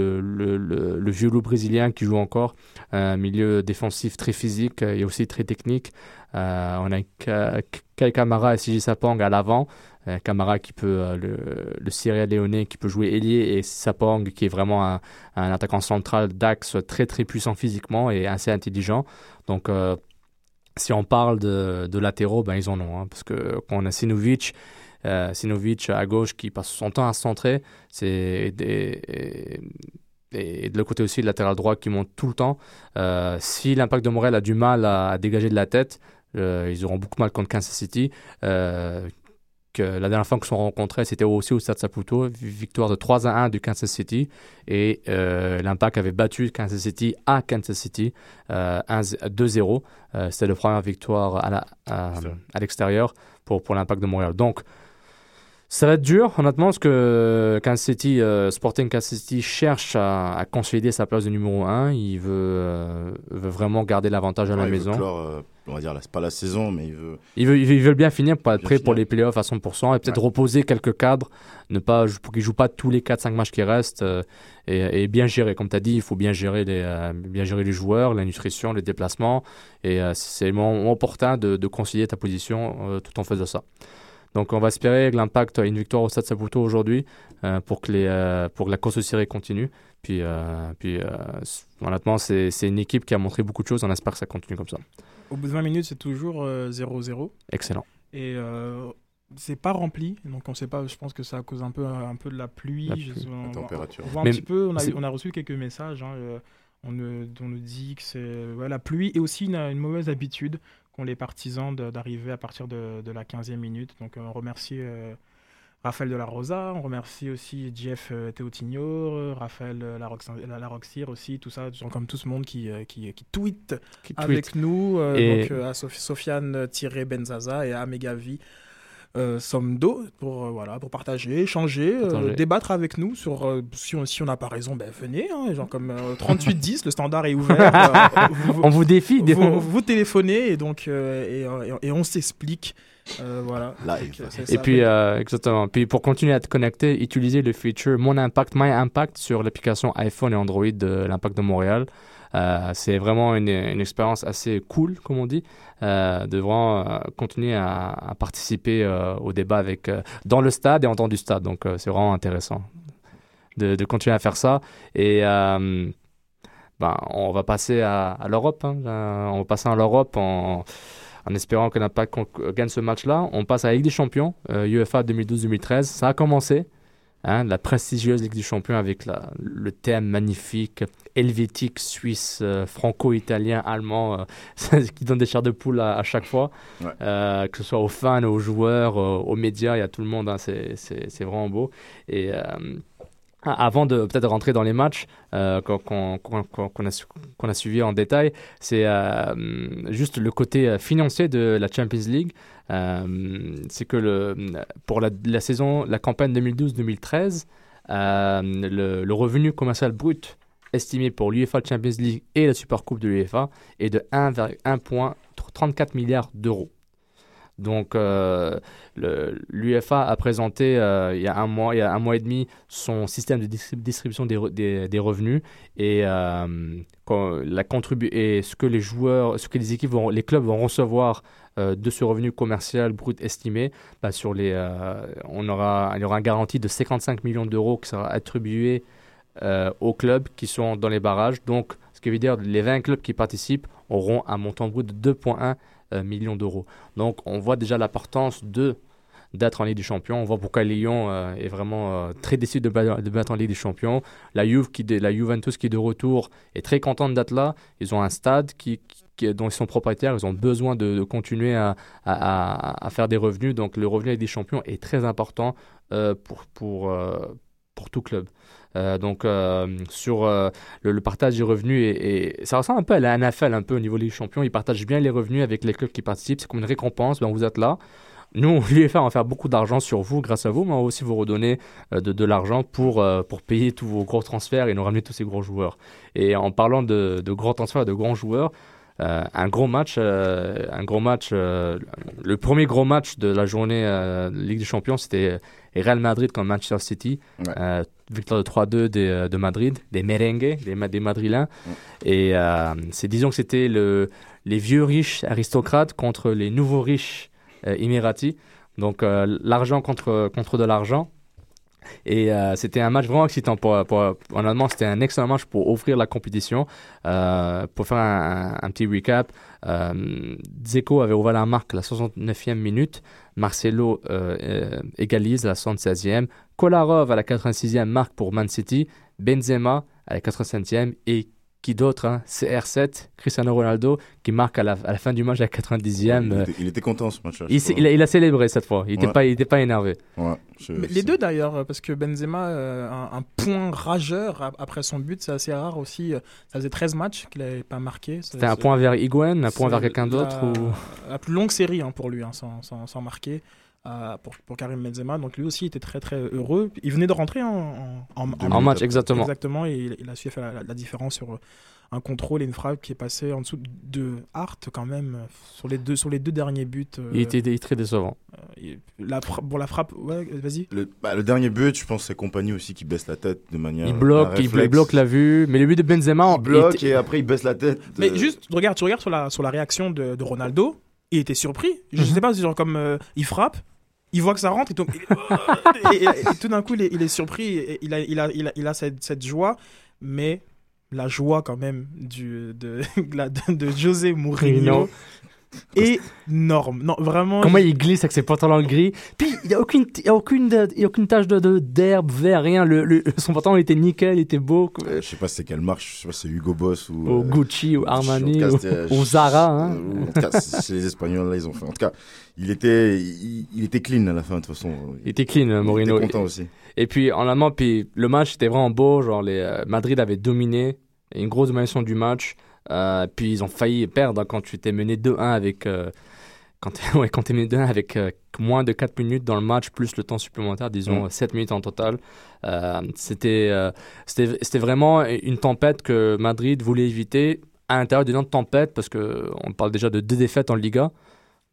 le vieux loup brésilien, qui joue encore. Un milieu défensif très physique et aussi très technique. On a Kyle Kamara et Sigi Sapong à l'avant. Kamara qui peut, le Sierra Leone qui peut jouer ailier, et Sapong qui est vraiment un attaquant central d'axe très très puissant physiquement et assez intelligent. Donc si on parle de latéraux, ils en ont, parce que quand on a Sinovic à gauche qui passe son temps à se centrer, et de l'autre côté aussi le latéral droit qui monte tout le temps. Si l'Impact de Montréal a du mal à dégager de la tête, ils auront beaucoup mal contre Kansas City. Que la dernière fois qu'ils se sont rencontrés, c'était aussi au Stade Saputo, victoire de 3-1 du Kansas City, et l'Impact avait battu Kansas City à Kansas City 2-0. C'était la première victoire à l'extérieur pour l'Impact de Montréal. Donc ça va être dur, honnêtement, parce que Sporting Kansas City cherche à consolider sa place de numéro 1. Il veut vraiment garder l'avantage à la maison. On va dire, c'est pas la saison, mais ils veulent bien finir pour être prêts pour les playoffs à 100%, et peut-être reposer quelques cadres, pour qu'ils ne jouent pas tous les 4-5 matchs qui restent, et bien gérer. Comme tu as dit, il faut bien gérer les joueurs, la nutrition, les déplacements, et c'est le moment opportun de concilier ta position tout en faisant ça. Donc on va espérer que l'Impact ait une victoire au Stade Saputo aujourd'hui pour que la course de série continue. Puis honnêtement, c'est une équipe qui a montré beaucoup de choses. On espère que ça continue comme ça. Au bout de 20 minutes, c'est toujours 0-0. Excellent. Et c'est pas rempli, donc on sait pas. Je pense que ça cause un peu de la pluie. La température. On voit un petit peu. On a reçu quelques messages. On nous dit que c'est la pluie, et aussi une mauvaise habitude qu'ont les partisans d'arriver à partir de la 15e minute. Donc on remercie Raphaël de la Rosa, on remercie aussi Jeff Teotigno, Raphaël Laroxir aussi, tout ça, comme tout ce monde qui tweet avec nous, donc à Sofiane-Benzaza et à Megavi Somdo pour partager, échanger, débattre avec nous sur si on n'a pas raison, venez, genre comme 3810, le standard est ouvert. On vous défie. Vous téléphonez, et donc et on s'explique. Voilà. Live. Et puis, exactement. Puis pour continuer à te connecter, utilisez le feature Mon Impact, My Impact sur l'application iPhone et Android de l'Impact de Montréal. C'est vraiment une expérience assez cool, comme on dit, de vraiment continuer à participer au débat dans le stade et en dehors du stade. Donc, c'est vraiment intéressant de continuer à faire ça. Et on va passer à l'Europe. Hein. On va passer à l'Europe en espérant que l'Impact gagne ce match-là. On passe à la Ligue des Champions, UEFA 2012-2013. Ça a commencé, la prestigieuse Ligue des Champions avec le thème magnifique, helvétique, suisse, franco-italien, allemand, qui donne des chairs de poule à chaque fois. Ouais. Que ce soit aux fans, aux joueurs, aux médias, il y a tout le monde. Hein, c'est vraiment beau. Et avant de peut-être rentrer dans les matchs qu'on a suivis en détail, c'est juste le côté financier de la Champions League. C'est que pour la campagne 2012-2013, le revenu commercial brut estimé pour l'UEFA Champions League et la Supercoupe de l'UEFA est de 1,34 milliard d'euros. Donc, l'UEFA a présenté il y a un mois et demi son système de distribution des revenus et ce que les joueurs, ce que les équipes, les clubs vont recevoir de ce revenu commercial brut estimé. Il y aura une garantie de 55 millions d'euros qui sera attribuée aux clubs qui sont dans les barrages. Donc, ce qui veut dire que les 20 clubs qui participent auront un montant brut de 2,1 millions d'euros. Donc, on voit déjà l'importance d'être en Ligue des Champions. On voit pourquoi Lyon est vraiment très déçu de battre en Ligue des Champions. La Juventus qui est de retour est très contente d'être là. Ils ont un stade dont ils sont propriétaires. Ils ont besoin de continuer à faire des revenus. Donc, le revenu Ligue des Champions est très important pour tout club. Sur le partage des revenus et ça ressemble un peu à la NFL un peu au niveau des champions. Ils partagent bien les revenus avec les clubs qui participent. C'est comme une récompense. Vous êtes là. Nous, l'UEFA, on va faire beaucoup d'argent sur vous grâce à vous, mais on va aussi vous redonner de l'argent pour payer tous vos gros transferts et nous ramener tous ces gros joueurs. Et en parlant de gros transferts et de grands joueurs, un gros match, le premier gros match de la journée Ligue des Champions, c'était Real Madrid contre Manchester City. Ouais. Victoire de 3-2 de Madrid, des merengues, des Madrilènes. Ouais. Et disons que c'était les vieux riches aristocrates contre les nouveaux riches émiratis. Donc l'argent contre de l'argent. Et c'était un match vraiment excitant. En allemand, c'était un excellent match pour ouvrir la compétition. Pour faire un petit recap, Dzeko avait ouvert la marque à la 69e minute. Marcelo égalise à la 76e. Kolarov à la 86e marque pour Man City. Benzema à la 85e. Et qui d'autre, CR7, Cristiano Ronaldo, qui marque à la fin du match à la 90e. Il était content ce match-là. Il a célébré cette fois. Il n'était pas énervé. Ouais, les deux d'ailleurs, parce que Benzema, un point rageur après son but, c'est assez rare aussi. Ça faisait 13 matchs qu'il n'avait pas marqué. C'était un point vers Higuaín, un point vers quelqu'un d'autre la plus longue série pour lui, sans marquer. Pour Karim Benzema, donc lui aussi était très très heureux. Il venait de rentrer en match, exactement. Exactement, et il a su faire la différence sur un contrôle et une frappe qui est passée en dessous de Hart quand même sur les deux derniers buts. Il était très décevant. La frappe, ouais, vas-y. Le dernier but, je pense, c'est Compagnie aussi qui baisse la tête de manière. Il bloque la vue, mais le but de Benzema, il bloque et après il baisse la tête. Mais juste, tu regardes sur la réaction de Ronaldo, il était surpris. Je sais pas, c'est genre comme il frappe. Il voit que ça rentre et tout d'un coup il est surpris et il a cette joie, mais la joie quand même de José Mourinho est énorme. Non, vraiment. Comment il glisse avec ses pantalons gris. Puis il y a aucune tache d'herbe, vert, rien. Son pantalon était nickel, il était beau. Je sais pas c'est quelle marque, je sais pas c'est Hugo Boss ou Gucci ou Armani ou Zara. Hein. En tout cas, c'est les Espagnols là, ils ont fait. En tout cas, il était clean à la fin de toute façon. Il était clean, Mourinho. Il était content aussi. Et puis en allemand, puis le match était vraiment beau. Genre Madrid avait dominé, une grosse domination du match. Puis ils ont failli perdre quand tu t'es mené 2-1 avec quand t'es mené 2-1 avec moins de 4 minutes dans le match plus le temps supplémentaire, disons 7 minutes en total. C'était vraiment une tempête que Madrid voulait éviter à l'intérieur d'une autre tempête parce que on parle déjà de 2 défaites en Liga.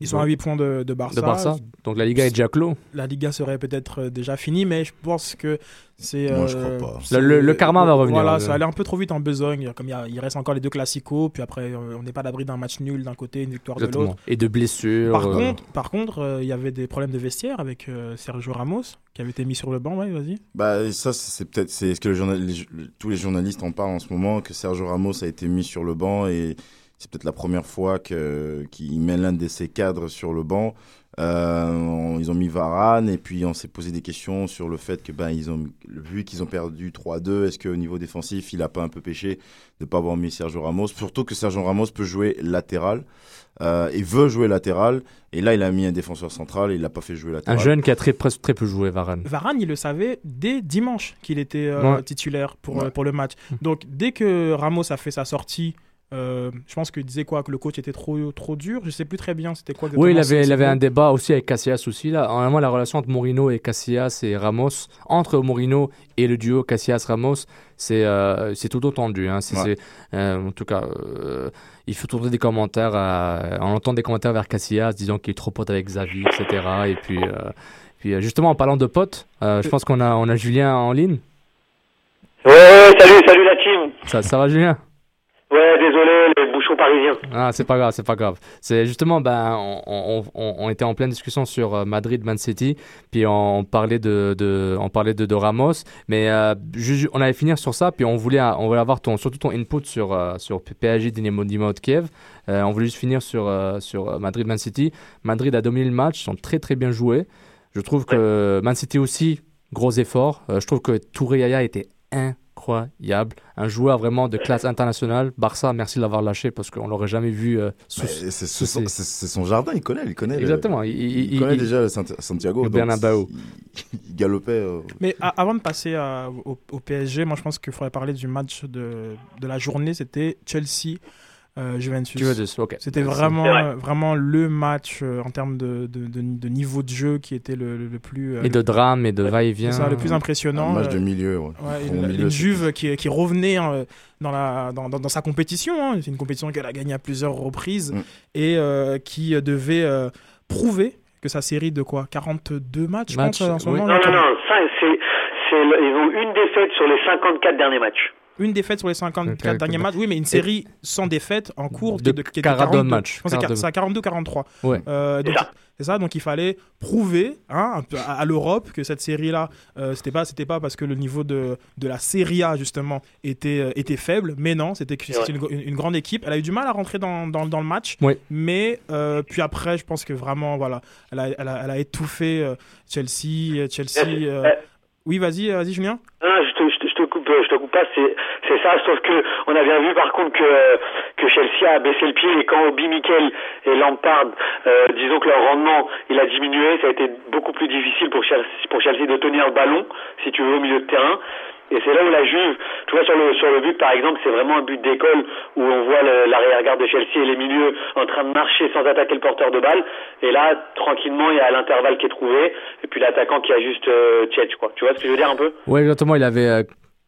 Ils sont à 8 points de Barça. Donc la Liga est déjà clos. La Liga serait peut-être déjà finie, mais je pense que c'est... Moi, je crois pas. Le karma va revenir. Voilà, ça allait un peu trop vite en besogne. Comme il reste encore les 2 classicos, puis après, on n'est pas à l'abri d'un match nul d'un côté, une victoire de l'autre. Et de blessures. Par contre, il y avait des problèmes de vestiaire avec Sergio Ramos, qui avait été mis sur le banc. Ouais, vas-y. Bah, ça, c'est ce que tous les journalistes en parlent en ce moment, que Sergio Ramos a été mis sur le banc et c'est peut-être la première fois qu'il met l'un de ses cadres sur le banc. Ils ont mis Varane et puis on s'est posé des questions sur le fait que vu qu'ils ont perdu 3-2, est-ce qu'au niveau défensif, il a pas un peu péché de pas avoir mis Sergio Ramos, surtout que Sergio Ramos peut jouer latéral et veut jouer latéral, et là il a mis un défenseur central et il l'a pas fait jouer latéral. Un jeune qui a très peu joué, Varane. Varane, il le savait dès dimanche qu'il était titulaire pour le match. Donc dès que Ramos a fait sa sortie, je pense qu'il disait que le coach était trop dur. Je sais plus très bien c'était quoi. Oui, il avait un débat aussi avec Casillas aussi là. Normalement, la relation entre Mourinho et Casillas et Ramos, entre Mourinho et le duo Casillas-Ramos, c'est tout entendu. Hein. En tout cas, il faut tourner des commentaires. On entend des commentaires vers Casillas disant qu'il est trop pote avec Xavi, etc. Et puis justement, en parlant de potes, je pense qu'on a Julien en ligne. Ouais, salut la team. Ça va, Julien? Ouais, désolé, les bouchons parisiens. Ah, c'est pas grave. C'est justement, on était en pleine discussion sur Madrid-Man City, puis on parlait de Ramos, mais on allait finir sur ça, puis on voulait avoir surtout ton input sur PSG Dynamo de Kiev. On voulait juste finir sur Madrid-Man City. Madrid a dominé le match, ils sont très très bien joués. Je trouve que Man City aussi, gros effort. Je trouve que Touré Yaya était incroyable, un joueur vraiment de classe internationale. Barça, merci de l'avoir lâché parce qu'on l'aurait jamais vu. C'est son jardin, il connaît. Exactement. Il connaît déjà Santiago. Le Bernabéu. Il galopait. Mais avant de passer au PSG, moi je pense qu'il faudrait parler du match de la journée. C'était Chelsea. Juventus. Okay. C'était vraiment le match en termes de niveau de jeu qui était le plus... et de drame et de va-et-vient. C'est ça, le plus impressionnant. Un match de milieu. Une Juve qui revenait dans sa compétition. Hein. C'est une compétition qu'elle a gagnée à plusieurs reprises et qui devait prouver que sa série de 42 matchs, je pense, en ce moment. Non, ils ont une défaite sur les 54 derniers matchs. Une défaite sur les 54 derniers matchs, oui, mais une série sans défaite en cours qui était 42 matchs. C'est à 42-43. Ouais. Donc, c'est ça, donc il fallait prouver un peu à l'Europe que cette série-là, c'était pas parce que le niveau de la Serie A, justement, était faible, mais non, c'était une grande équipe. Elle a eu du mal à rentrer dans le match, mais puis après, je pense que vraiment, voilà, elle a étouffé Chelsea. Oui, vas-y, Julien. Je te coupe pas, c'est ça, sauf que on a bien vu par contre que Chelsea a baissé le pied et quand Obi Mikel et Lampard, disons que leur rendement il a diminué, ça a été beaucoup plus difficile pour Chelsea de tenir le ballon, si tu veux, au milieu de terrain. Et c'est là où la Juve, tu vois, sur le but par exemple, c'est vraiment un but d'école où on voit l'arrière-garde de Chelsea et les milieux en train de marcher sans attaquer le porteur de balle. Et là, tranquillement, il y a l'intervalle qui est trouvé et puis l'attaquant qui a juste Tchetch, quoi. Tu vois ce que je veux dire un peu? Oui, exactement. Il avait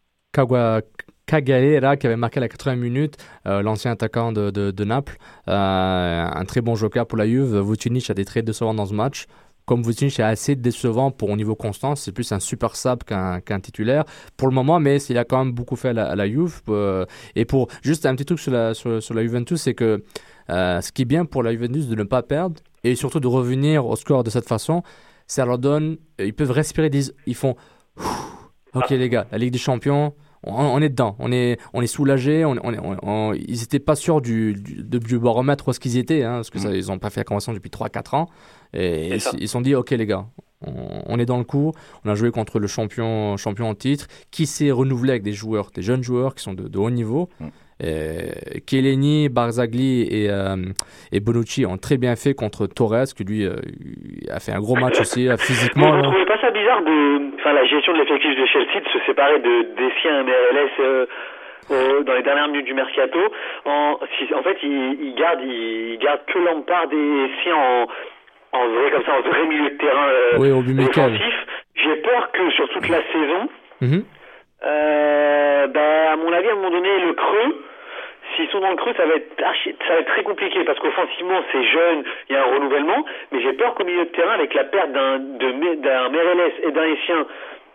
Kagaera qui avait marqué à la 80 minutes, l'ancien attaquant de Naples. Un très bon joker pour la Juve. Vucinic a été très décevant dans ce match. Comme Vucinic est assez décevant au niveau constant, c'est plus un super sub qu'un titulaire pour le moment, mais il a quand même beaucoup fait à la Juve. Et pour juste un petit truc sur la Juventus, c'est que ce qui est bien pour la Juventus de ne pas perdre et surtout de revenir au score de cette façon, ça leur donne, ils peuvent respirer, ils font ok les gars, la Ligue des Champions, on est dedans, on est soulagés, ils n'étaient pas sûrs du baromètre où est-ce qu'ils étaient, hein, parce que ils n'ont pas fait la convention depuis 3-4 ans, et ils se sont dit ok les gars, on est dans le coup, on a joué contre le champion en titre, qui s'est renouvelé avec des jeunes joueurs qui sont de haut niveau. Chiellini, Barzagli et Bonucci ont très bien fait contre Torres, qui lui a fait un gros match aussi physiquement. Vous ne trouvez pas ça bizarre la gestion de l'effectif de Chelsea de se séparer des siens MLS dans les dernières minutes du mercato? En fait, il garde que Lampard et siens en vrai comme ça, en vrai milieu de terrain offensif. J'ai peur que sur toute la saison, à mon avis, à un moment donné, le creux, s'ils sont dans le creux, ça va être très compliqué parce qu'offensivement, c'est jeune, il y a un renouvellement, mais j'ai peur qu'au milieu de terrain, avec la perte d'un Meireles et d'un Essien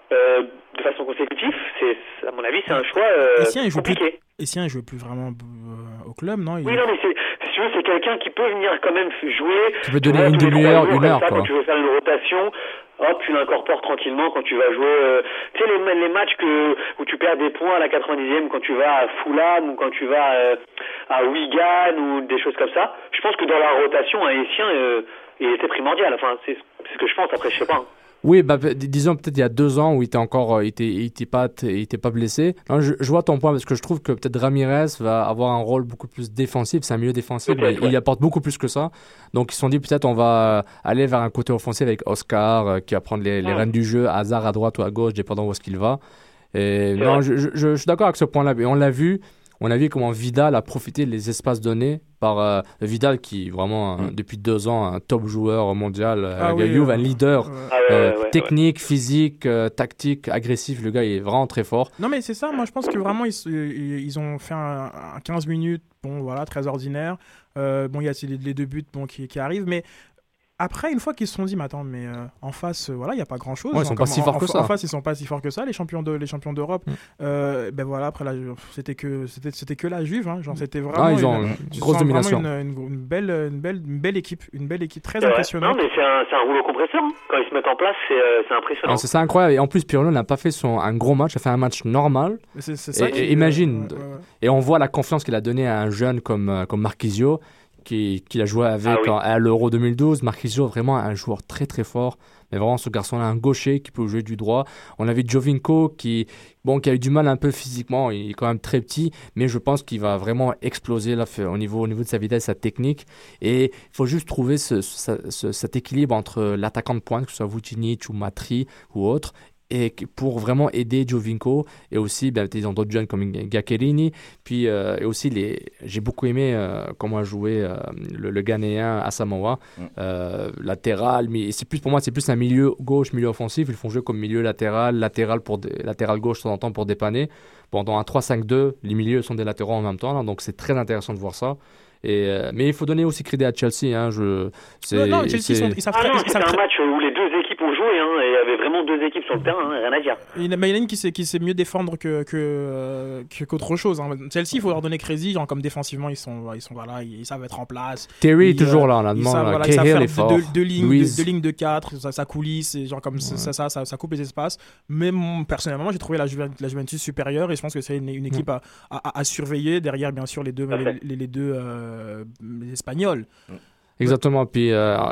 de façon consécutive, à mon avis, c'est un choix compliqué. Essien, il joue plus vraiment au club, non? Oui, non, mais si tu veux, c'est quelqu'un qui peut venir quand même jouer. Tu peux donner une demi-heure, une heure, quoi. Quand tu veux faire une rotation, hop, tu l'incorpores tranquillement quand tu vas jouer. Tu sais, les matchs où tu perds des points à la 90e quand tu vas à Fulham ou quand tu vas à Wigan ou des choses comme ça. Je pense que dans la rotation, un Essien, il était primordial. Enfin, c'est ce que je pense. Après, je sais pas. Oui, disons peut-être il y a 2 ans où il était encore, il était pas blessé. Non, je vois ton point parce que je trouve que peut-être Ramirez va avoir un rôle beaucoup plus défensif. C'est un milieu défensif, mais il apporte beaucoup plus que ça. Donc ils se sont dit peut-être on va aller vers un côté offensif avec Oscar qui va prendre les rênes du jeu, Hazard à droite ou à gauche, dépendant où est-ce qu'il va. Et non, je suis d'accord avec ce point-là. Et on l'a vu. On a vu comment Vidal a profité des espaces donnés par Vidal qui vraiment depuis 2 ans un top joueur mondial, un leader technique, physique, tactique, agressif. Le gars il est vraiment très fort. Non mais c'est ça, moi je pense que vraiment ils ont fait un 15 minutes, bon voilà, très ordinaire. Bon il y a les 2 buts qui arrivent, mais après, une fois qu'ils se sont dit, mais attends, en face, voilà, il n'y a pas grand-chose. Ouais, ils sont pas si forts que ça. En face, ils sont pas si forts que ça, les champions d'Europe. Ben voilà, après, c'était que la Juve. Hein, genre, c'était vraiment ils ont une grosse domination. Une belle équipe très impressionnante. Non, mais c'est un rouleau compresseur. Hein. Quand ils se mettent en place, c'est impressionnant. C'est incroyable. Et en plus, Pirlo n'a pas fait un gros match, il a fait un match normal. C'est ça imagine. Et on voit la confiance qu'il a donnée à un jeune comme Marquisio. Qu'il a joué avec à l'Euro 2012. Marquisio, vraiment un joueur très très fort. Mais vraiment, ce garçon-là, un gaucher qui peut jouer du droit. On avait Giovinco qui a eu du mal un peu physiquement. Il est quand même très petit, mais je pense qu'il va vraiment exploser là, au niveau de sa vitesse, sa technique. Et il faut juste trouver cet équilibre entre l'attaquant de pointe, que ce soit Vucinic ou Matri ou autre, et pour vraiment aider Giovinco et aussi ils ont d'autres jeunes comme Giaccherini puis et aussi j'ai beaucoup aimé comment a joué le Ghanéen Asamoah latéral, mais pour moi c'est plus un milieu gauche, milieu offensif. Ils font jouer comme milieu latéral gauche de temps en temps pour dépanner. Dans un 3-5-2 les milieux sont des latéraux en même temps là, donc c'est très intéressant de voir ça. Mais il faut donner aussi crédit à Chelsea. Hein, c'est un match où les 2 équipes ont joué. Hein, et il y avait vraiment 2 équipes sur le terrain, hein, rien à dire. Il y en a une qui sait mieux défendre qu'autre chose. Hein. Chelsea, il faut leur donner crédit. Genre, comme défensivement, ils sont voilà, ils savent être en place. Terry est toujours là, ils savent faire deux lignes de 4, ça coulisse, et genre comme ça coupe les espaces. Mais personnellement, j'ai trouvé la Juventus supérieure et je pense que c'est une équipe à surveiller. Derrière, bien sûr, les deux les Espagnols. Exactement. Puis, et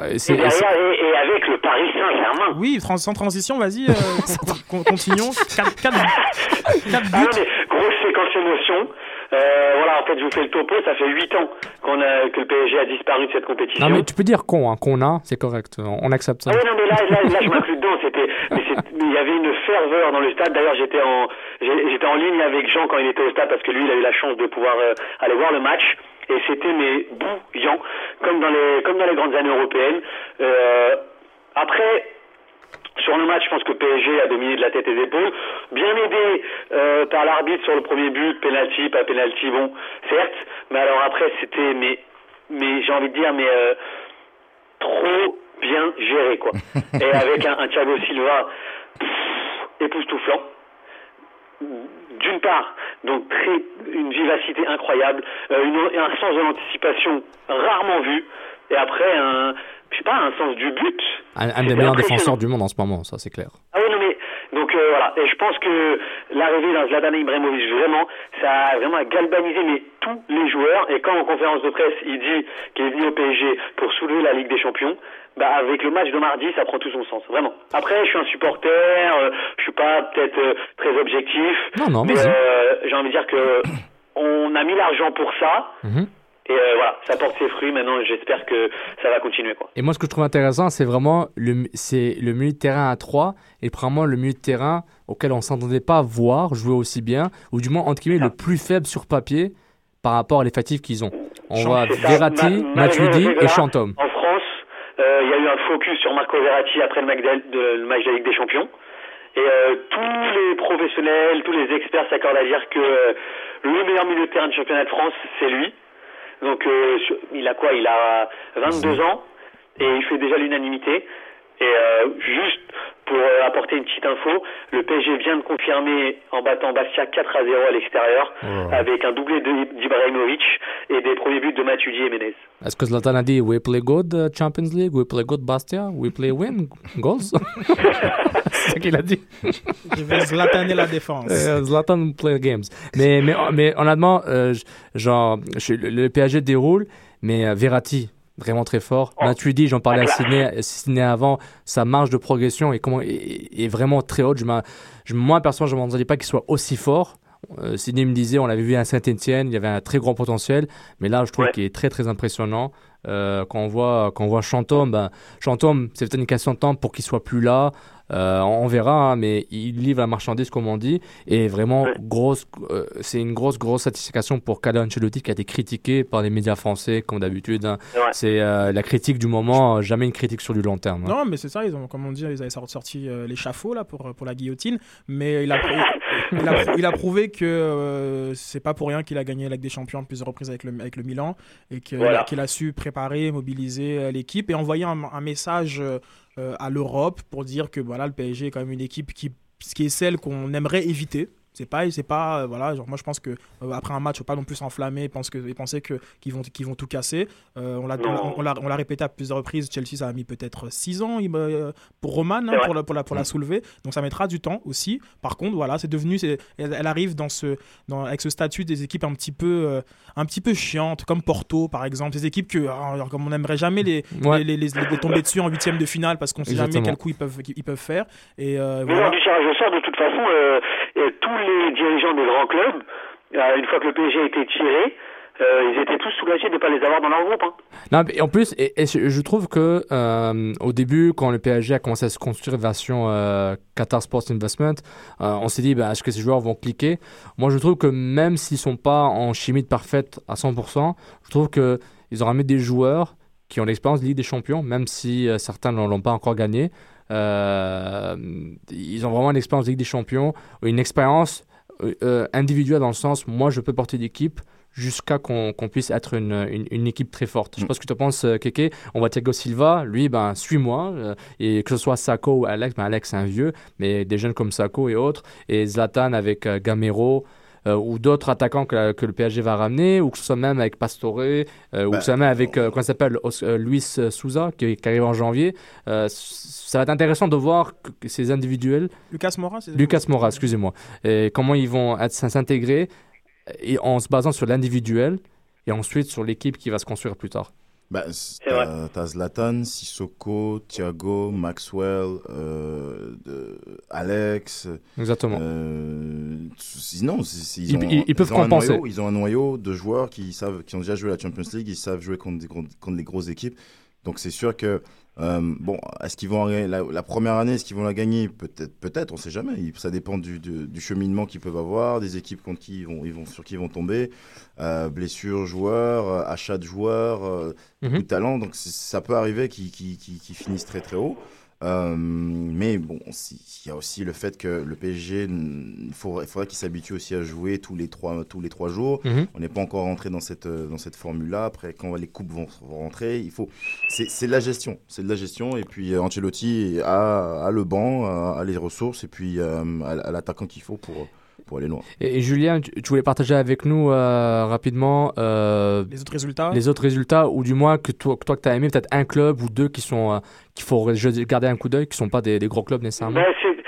avec le Paris Saint-Germain. Oui, sans transition, vas-y, continuons. 4 buts. Non, mais grosse séquence émotion. Voilà, en fait, je vous fais le topo. Ça fait 8 ans que le PSG a disparu de cette compétition. Non, mais tu peux dire qu'on a, c'est correct. On accepte ça. Ah oui, non, mais là je m'inclus dedans. Il y avait une ferveur dans le stade. D'ailleurs, j'étais en ligne avec Jean quand il était au stade parce que lui, il a eu la chance de pouvoir aller voir le match. Et c'était bouillant, comme dans les grandes années européennes. Après, sur le match, je pense que PSG a dominé de la tête et des épaules, bien aidé par l'arbitre sur le premier but, penalty, pas penalty, bon, certes. Mais alors après, c'était mais j'ai envie de dire trop bien géré, quoi. Et avec un Thiago Silva époustouflant. D'une part, donc une vivacité incroyable, un sens de l'anticipation rarement vu, et après un sens du but. Un des meilleurs défenseurs du monde en ce moment, ça c'est clair. Ah oui, non mais donc voilà, et je pense que l'arrivée d'un Zlatan Ibrahimovic vraiment, ça a vraiment galvanisé tous les joueurs. Et quand en conférence de presse il dit qu'il est venu au PSG pour soulever la Ligue des Champions, avec le match de mardi, ça prend tout son sens, vraiment. Après, je suis un supporter, je suis pas peut-être très objectif, mais j'ai envie de dire que on a mis l'argent pour ça. Et voilà, ça porte ses fruits. Maintenant, j'espère que ça va continuer, quoi. Et moi, ce que je trouve intéressant, c'est vraiment le milieu de terrain à 3 et probablement le milieu de terrain auquel on ne s'entendait pas voir jouer aussi bien, ou du moins, entre guillemets, le plus faible sur papier par rapport à l'effectif qu'ils ont. On voit Verratti, Matuidi et Chantôme. En France, il y a eu un focus sur Marco Verratti après le match de la Ligue des Champions. Et tous les professionnels, tous les experts s'accordent à dire que le meilleur milieu de terrain du championnat de France, c'est lui. Donc il a quoi? Il a 22 ans et il fait déjà l'unanimité. Et juste pour apporter une petite info, le PSG vient de confirmer en battant Bastia 4-0 à l'extérieur avec un doublé d'Ibrahimovic et des premiers buts de Matuidi et Menez. Est-ce que Zlatan a dit we play good Champions League, we play good Bastia, we play win goals? C'est ce qu'il a dit. Je vais Zlataner la défense. Zlatan play games. Mais honnêtement, le PSG déroule, mais Verratti vraiment très fort. Matuidi, j'en parlais à Sydney avant, sa marge de progression est vraiment très haute. Moi, personnellement, je ne m'attendais pas qu'il soit aussi fort. Sydney me disait, on l'avait vu à Saint-Etienne, il y avait un très grand potentiel, mais là, je trouve qu'il est très, très impressionnant. Quand on voit Chantôme, Chantôme, c'est peut-être une question de temps pour qu'il soit plus là. On verra, hein, mais il livre la marchandise, comme on dit, et vraiment c'est une grosse satisfaction pour Carlo Ancelotti, qui a été critiqué par les médias français comme d'habitude. Hein. C'est la critique du moment, jamais une critique sur du long terme. Hein. Non, mais c'est ça, comme on dit, ils avaient sorti l'échafaud là pour la guillotine, mais il a prouvé que c'est pas pour rien qu'il a gagné la Ligue des Champions plusieurs reprises avec le Milan, et qu'il a su préparer, mobiliser l'équipe et envoyer un message à l'Europe pour dire que le PSG est quand même une équipe qui est celle qu'on aimerait éviter. C'est pas voilà, genre moi je pense que après un match, faut pas non plus s'enflammer et penser qu'ils vont tout casser. On l'a répété à plusieurs reprises. Chelsea, ça a mis peut-être 6 ans pour Roman pour la soulever. Donc ça mettra du temps aussi. Par contre, voilà, elle arrive avec ce statut des équipes un petit peu chiantes, comme Porto par exemple, des équipes comme on n'aimerait jamais les tomber dessus en 8e de finale parce qu'on sait jamais quel coup ils peuvent faire. Et mais lors du tirage au sort, de toute façon, tous les dirigeants des grands clubs, une fois que le PSG a été tiré, ils étaient tous soulagés de ne pas les avoir dans leur groupe. Hein. Non, mais en plus, je trouve que au début, quand le PSG a commencé à se construire version Qatar Sports Investment, on s'est dit, est-ce que ces joueurs vont cliquer? Moi, je trouve que même s'ils ne sont pas en chimie parfaite à 100%, je trouve qu'ils ont ramené des joueurs qui ont l'expérience de Ligue des Champions, même si certains ne l'ont pas encore gagné. Ils ont vraiment une expérience de Ligue des Champions, une expérience individuelle dans le sens, moi je peux porter l'équipe jusqu'à qu'on puisse être une équipe très forte. Je sais pas ce que tu penses, Kéké. On voit Thiago Silva, lui, suis-moi, et que ce soit Sakho ou Alex, Alex c'est un vieux, mais des jeunes comme Sakho et autres, et Zlatan avec Gamero, ou d'autres attaquants que le PSG va ramener, ou que ce soit même avec Pastore, ou que ce soit même avec, comment ça s'appelle, Luis Souza, qui arrive en janvier. Ça va être intéressant de voir que ces individuels... Lucas Moura, excusez-moi. Et comment ils vont s'intégrer en se basant sur l'individuel et ensuite sur l'équipe qui va se construire plus tard. T'as Zlatan, Sissoko, Thiago, Maxwell, Alex. Exactement. Sinon, ils peuvent compenser. Ils ont un noyau de joueurs qui ont déjà joué la Champions League, ils savent jouer contre les grosses équipes. Donc c'est sûr que est-ce qu'ils vont la première année, est-ce qu'ils vont la gagner? Peut-être, on sait jamais. Ça dépend du cheminement qu'ils peuvent avoir, des équipes contre qui sur qui ils vont tomber, blessures joueurs, achats de joueurs, beaucoup de talent. Donc ça peut arriver qu'ils finissent très très haut. Mais bon, il y a aussi le fait que le PSG, il faudrait qu'il s'habitue aussi à jouer tous les 3 jours. On n'est pas encore rentré dans cette formule-là. Après, quand les coupes vont rentrer, c'est de la gestion. C'est de la gestion. Et puis Ancelotti a le banc, a les ressources, et puis à l'attaquant qu'il faut pour aller loin. Et Julien, tu voulais partager avec nous rapidement les autres résultats, ou du moins que toi que tu as aimé, peut-être un club ou deux qu'il faut garder un coup d'œil, qui ne sont pas des gros clubs nécessairement.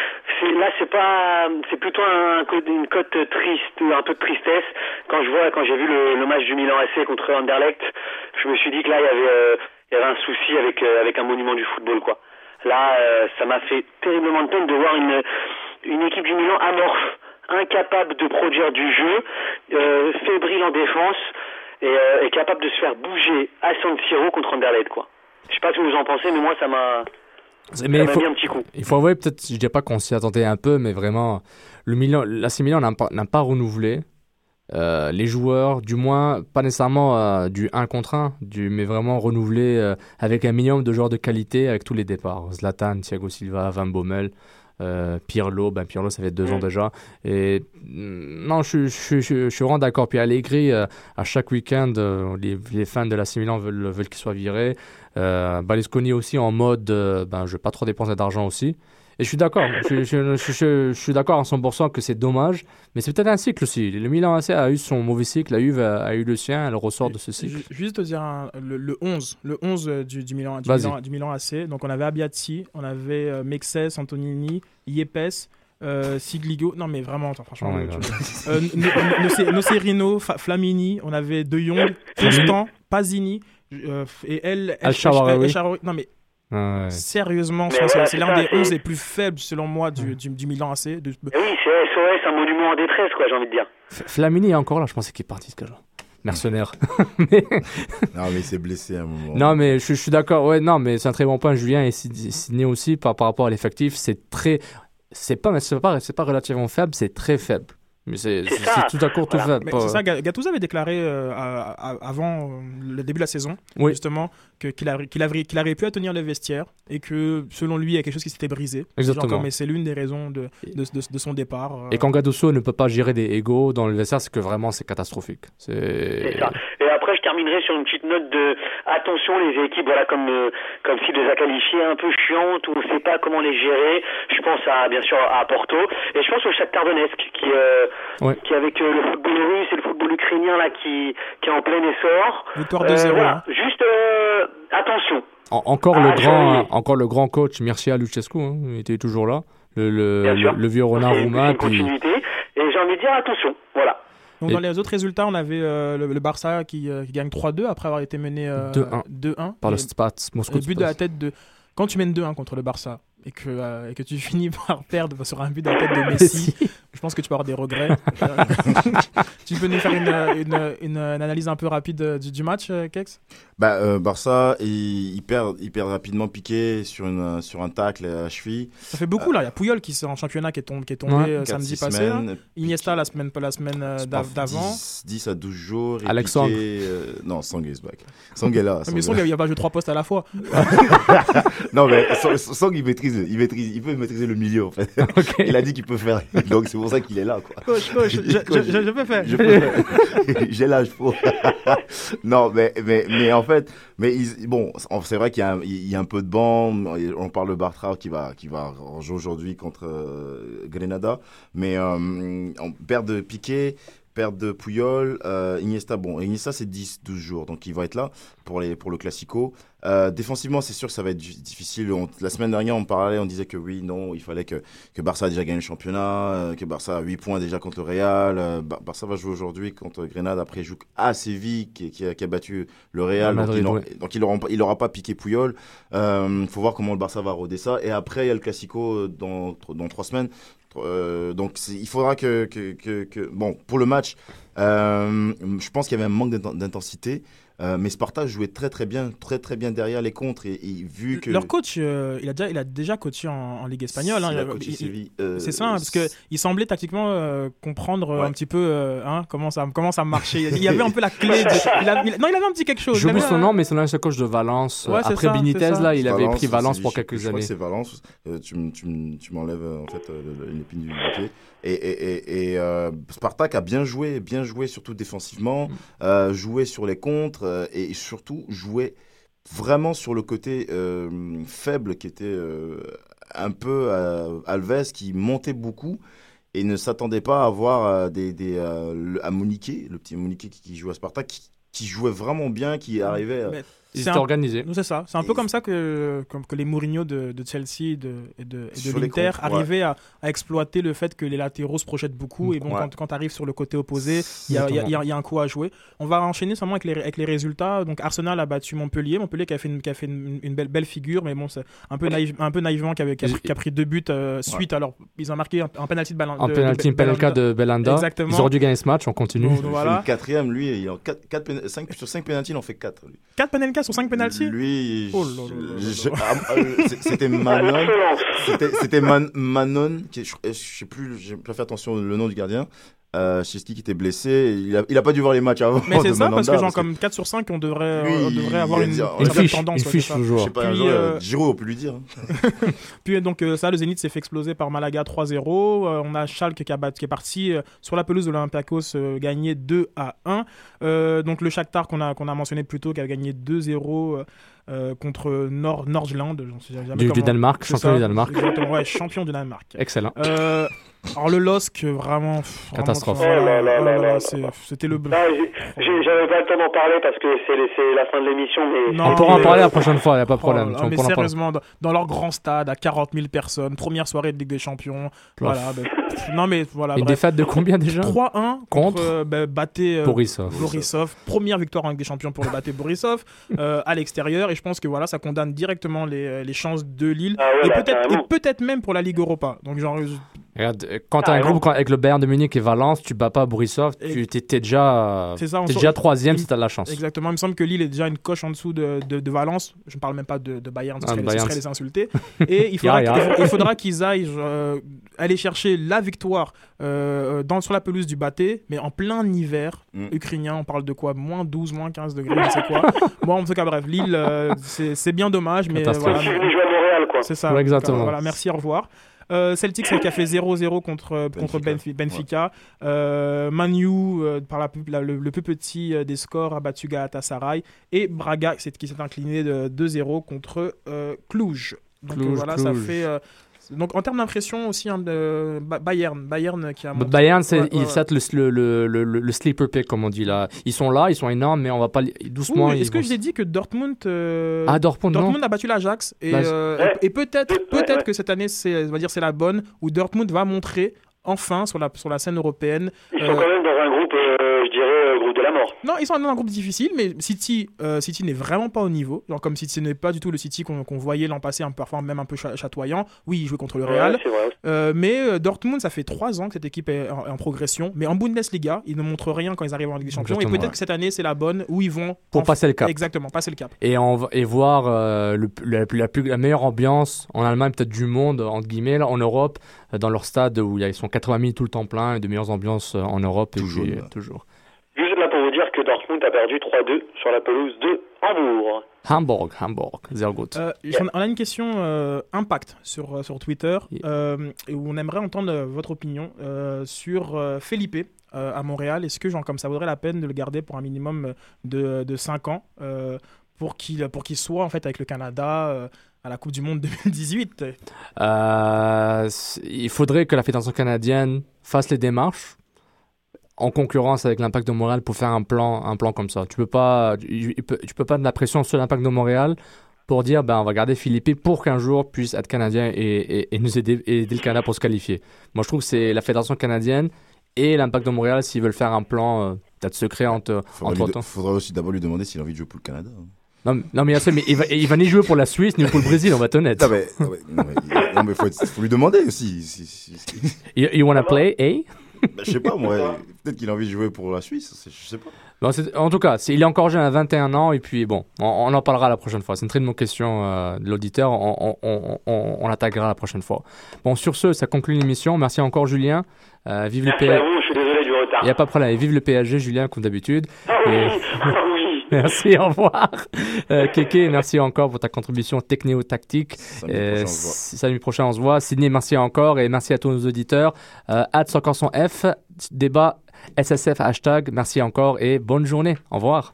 C'est plutôt une cote triste, un peu de tristesse. Quand j'ai vu le match du Milan AC contre Anderlecht, je me suis dit que là il y avait un souci avec un monument du football, quoi. Là, ça m'a fait terriblement de peine de voir une équipe du Milan amorphe, incapable de produire du jeu, fébrile en défense et capable de se faire bouger à San Siro contre Anderlecht, quoi. Je sais pas ce que vous en pensez, mais moi ça m'a mis un petit coup. Il faut avouer, peut-être, je dirais pas qu'on s'y attendait un peu, mais vraiment, l'AC Milan n'a pas renouvelé. Les joueurs, du moins, pas nécessairement du 1 contre 1, mais vraiment renouvelé avec un minimum de joueurs de qualité avec tous les départs. Zlatan, Thiago Silva, Van Bommel. Pirlo, ça fait 2 ans déjà. Et non, je suis vraiment d'accord. Puis Allegri, à chaque week-end, les fans de l'AC Milan veulent qu'il soit viré. Berlusconi aussi en mode, je ne vais pas trop dépenser d'argent aussi. Et je suis d'accord. Je suis d'accord à 100% que c'est dommage, mais c'est peut-être un cycle aussi. Le Milan AC a eu son mauvais cycle, la Juve a eu le sien, elle ressort de ce cycle. Juste te dire le 11 du Milan AC. Donc on avait Abbiati, on avait Mexes, Antonini, Yepes, Sigligo. Non mais vraiment, franchement. Nocerino, Flamini, on avait De Jong, Constant, Pasini et El Shaarawy. Non mais sérieusement, c'est l'un des 11 les plus faibles selon moi du Milan AC. Oui, c'est SOS, un monument en détresse, quoi, j'ai envie de dire. Flamini est encore là, je pensais qu'il est parti ce gars-là. Mercenaire. Non, mais il s'est blessé à un moment. Non, mais je suis d'accord. Ouais, non, mais c'est un très bon point, Julien, et Sidney aussi par rapport à l'effectif, c'est pas relativement faible, c'est très faible. Mais c'est tout à court, tout faible. C'est ça, Gattuso avait déclaré avant le début de la saison, justement, qu'il arrivait plus à tenir le vestiaire et que, selon lui, il y a quelque chose qui s'était brisé. Exactement. Mais c'est l'une des raisons de son départ. Et quand Gattuso ne peut pas gérer des égos dans le vestiaire, c'est que vraiment c'est catastrophique. C'est ça. Et après, je terminerai sur une petite note de attention, les équipes, comme si de les a qualifiées un peu chiantes, où on ne sait pas comment les gérer. Je pense bien sûr à Porto, et je pense au Shakhtar Donetsk qui avec le football russe et le football ukrainien là qui est en plein essor. Victoire 2-0. Voilà. Juste attention. Encore le grand coach Mircea Lucescu, il était toujours là, le vieux renard roumain. Continuité. Et j'ai envie de dire attention, voilà. Donc dans les autres résultats, on avait le Barça qui gagne 3-2 après avoir été mené 2-1 par le Spartak Moscou. Le but de la tête de quand tu mènes 2-1 contre le Barça et que tu finis par perdre sur un but de la tête de Messi, je pense que tu peux avoir des regrets. Tu peux nous faire une analyse un peu rapide du match, Kex? Barça, il perd rapidement Piqué sur un tacle à la cheville. Ça fait beaucoup là. Il y a Puyol qui est en championnat qui est tombé samedi passé. Iniesta la semaine d'avant. 10 à 12 jours. Alexandre. Non, Sang is back. Sang est là. Mais Sang, il va jouer 3 postes à la fois. Non, mais Sang, il peut maîtriser le milieu en fait. Okay. Il a dit qu'il peut faire. Donc c'est pour ça qu'il est là, quoi. Coach, je peux faire. J'ai l'âge pour. Non, mais en fait, c'est vrai qu'il y a un peu de banc. On parle de Bartra qui va jouer aujourd'hui contre Grenada, mais on perd de Piqué, perd de Puyol, Iniesta c'est 10-12 jours, donc il va être là pour le Classico. Défensivement, c'est sûr que ça va être difficile. La semaine dernière, on disait que oui, non, il fallait que Barça a déjà gagné le championnat, que Barça a 8 points déjà contre le Real. Barça va jouer aujourd'hui contre Grenade, après il joue à Séville qui a battu le Real, donc il n'aura pas piqué Puyol. Faut voir comment le Barça va rôder ça. Et après, il y a le Classico dans 3 semaines. Donc il faudra que pour le match, je pense qu'il y avait un manque d'intensité. Mais Spartak jouait très très bien derrière les contres et vu que leur coach il a déjà coaché en Ligue espagnole, c'est ça, parce que il semblait tactiquement comprendre un petit peu comment ça marchait. Il y avait un peu la clé il avait un petit quelque chose. J'oublie son nom, mais c'est l'ancien coach de Valence. Après Benitez là, il avait pris Valence pour quelques années. Je crois que c'est Valence. Tu m'enlèves en fait une épine du pied. Et Spartak a bien joué surtout défensivement, joué sur les contres et surtout joué vraiment sur le côté faible qui était un peu Alves qui montait beaucoup et ne s'attendait pas à avoir à Moniquet, le petit Moniquet qui joue à Spartak, qui jouait vraiment bien, qui arrivait Ils étaient organisés. C'est ça. C'est un peu comme ça que les Mourinho de Chelsea et de l'Inter arrivaient à exploiter le fait que les latéraux se projettent beaucoup. Et quand tu arrives sur le côté opposé, il y a un coup à jouer. On va enchaîner seulement avec les résultats. Donc Arsenal a battu Montpellier qui a fait une belle figure, mais bon, c'est un peu naïvement qui a pris 2 buts suite. Alors ils ont marqué un penalty de Belanda. Un penalty de Belanda. Exactement. Ils auraient dû gagner ce match. On continue. Donc, voilà. Le 4e, lui, il en 5 sur 5 penalties, il en fait 4. 4 penalties sur 5 penalties. Lui, c'était Manon. C'était Manon. Je sais plus, j'ai pas fait attention au nom du gardien. Szczęsny qui était blessé, il a pas dû voir les matchs avant. Mais c'est ça, Mandanda, parce que genre comme 4 sur 5, on devrait avoir une tendance. Une fiche toujours. Je sais pas, Giroud, on peut lui dire. Puis donc ça, le Zénith s'est fait exploser par Malaga 3-0. On a Schalke qui est parti sur la pelouse de l'Olympiakos gagné 2-1. Donc le Shakhtar qu'on a mentionné plus tôt qui a gagné 2-0 contre Nordjylland du Danemark, champion du Danemark. Exactement, ouais, champion du Danemark. Excellent. Alors le LOSC, vraiment catastrophe. C'était le. J'avais pas le temps d'en parler parce que c'est la fin de l'émission. Mais... On pourra en parler la prochaine fois, il n'y a pas de problème. Mais sérieusement, dans leur grand stade à 40 000 personnes, première soirée de Ligue des Champions. Voilà. Non mais voilà. Une défaite de combien déjà? 3-1 contre Baté Borisov. Première victoire en Ligue des Champions pour le Baté Borisov à l'extérieur. Et je pense que voilà, ça condamne directement les chances de Lille et peut-être même pour la Ligue Europa. Donc genre. Regarde, quand tu as un groupe avec le Bayern de Munich et Valence, tu bats pas Borisov, tu es déjà troisième si tu as de la chance. Exactement, il me semble que Lille est déjà une coche en dessous de Valence. Je ne parle même pas de Bayern, ce serait les insulter. Et il faudra qu'ils aillent aller chercher la victoire sur la pelouse du Baté, mais en plein hiver ukrainien. On parle de quoi? Moins 12, moins 15 degrés, je sais quoi. Bon, en tout cas, bref, Lille, c'est bien dommage, mais voilà. Je vais jouer à Montréal, quoi. C'est ça. Ouais, exactement. Voilà, merci, au revoir. Celtics qui a fait 0-0 contre Benfica. Manu, par le plus petit des scores, a battu Galatasaray. Et Braga qui s'est incliné de 2-0 contre Cluj. Donc voilà, ça fait... Donc en termes d'impression aussi Bayern qui a montré... Bayern c'est le sleeper pick comme on dit là. Ils sont énormes mais on va pas doucement. Est-ce que je l'ai dit que Dortmund Dortmund a battu l'Ajax et peut-être que cette année c'est la bonne où Dortmund va montrer enfin sur la scène européenne. Ils sont quand même dans un groupe, je dirais, groupe de la mort. Non, ils sont dans un groupe difficile, mais City n'est vraiment pas au niveau. Genre, comme City n'est pas du tout le City qu'on voyait l'an passé, parfois même un peu chatoyant. Oui, il jouait contre le Real. Ouais, c'est vrai. Mais Dortmund, ça fait 3 ans que cette équipe est en progression. Mais en Bundesliga, ils ne montrent rien quand ils arrivent en Ligue des Champions. Exactement, et peut-être que cette année, c'est la bonne où ils vont... Pour passer le cap. Exactement, passer le cap. Et voir la meilleure ambiance en Allemagne, peut-être du monde, entre guillemets, là, en Europe, dans leur stade où ils sont 80 000 tout le temps plein et de meilleures ambiances en Europe. Toujours. Toujours. Juste là pour vous dire que Dortmund a perdu 3-2 sur la pelouse de Hambourg. Hambourg, sehr gut. On a une question impact sur Twitter où on aimerait entendre votre opinion sur Felipe à Montréal. Est-ce que comme ça vaudrait la peine de le garder pour un minimum de 5 ans pour qu'il soit en fait avec le Canada à la Coupe du Monde 2018? Il faudrait que la Fédération canadienne fasse les démarches en concurrence avec l'Impact de Montréal pour faire un plan comme ça. Tu peux pas mettre la pression sur l'Impact de Montréal pour dire on va garder Philippe pour qu'un jour puisse être canadien et nous aider le Canada pour se qualifier. Moi je trouve que c'est la Fédération canadienne et l'Impact de Montréal s'ils veulent faire un plan peut-être secret entre temps. Faudrait aussi d'abord lui demander s'il a envie de jouer pour le Canada. Non mais il va ni jouer pour la Suisse ni pour le Brésil, on va être honnête. Non mais faut lui demander aussi. You wanna play, eh? Je sais pas, moi. Peut-être qu'il a envie de jouer pour la Suisse, je sais pas. Bon, en tout cas, il est encore jeune à 21 ans et puis bon, on en parlera la prochaine fois. C'est une très bonne question de l'auditeur, on l'attaquera la prochaine fois. Bon, sur ce, ça conclut l'émission. Merci encore Julien. Vive le PSG. Merci à vous, je suis désolé du retard. Il n'y a pas de problème. Vive le PSG, Julien, comme d'habitude. Oui. Merci, au revoir. Kéké, merci encore pour ta contribution technéo-tactique. Samedi prochain, on se voit. Sydney, merci encore et merci à tous nos auditeurs. @SoccerSonF, débat SSF #. Merci encore et bonne journée. Au revoir.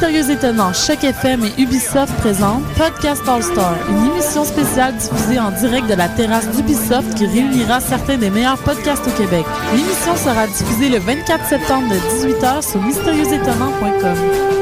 Mystérieux Étonnant, Choc FM et Ubisoft présentent Podcast All-Star, une émission spéciale diffusée en direct de la terrasse d'Ubisoft qui réunira certains des meilleurs podcasts au Québec. L'émission sera diffusée le 24 septembre de 18h sur mystérieuxétonnant.com.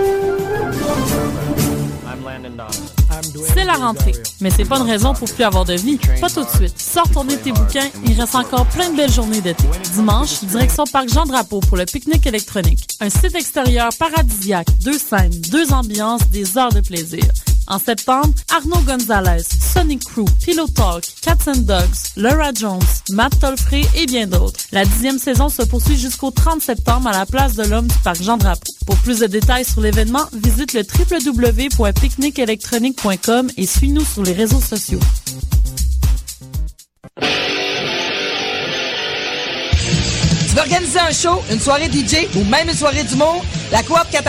C'est la rentrée, mais c'est pas une raison pour plus avoir de vie. Pas tout de suite. Sors tourner tes bouquins, il reste encore plein de belles journées d'été. Dimanche, direction Parc Jean-Drapeau pour le pique-nique électronique. Un site extérieur paradisiaque, 2 scènes, 2 ambiances, des heures de plaisir. En septembre, Arnaud Gonzalez, Sonic Crew, Pillow Talk, Cats and Dogs, Laura Jones, Matt Tolfré et bien d'autres. La 10e saison se poursuit jusqu'au 30 septembre à la Place de l'Homme du Parc Jean-Drapeau. Pour plus de détails sur l'événement, visite le www.picnicelectronique.com et suis-nous sur les réseaux sociaux. Tu veux organiser un show, une soirée DJ ou même une soirée d'humour? La Coop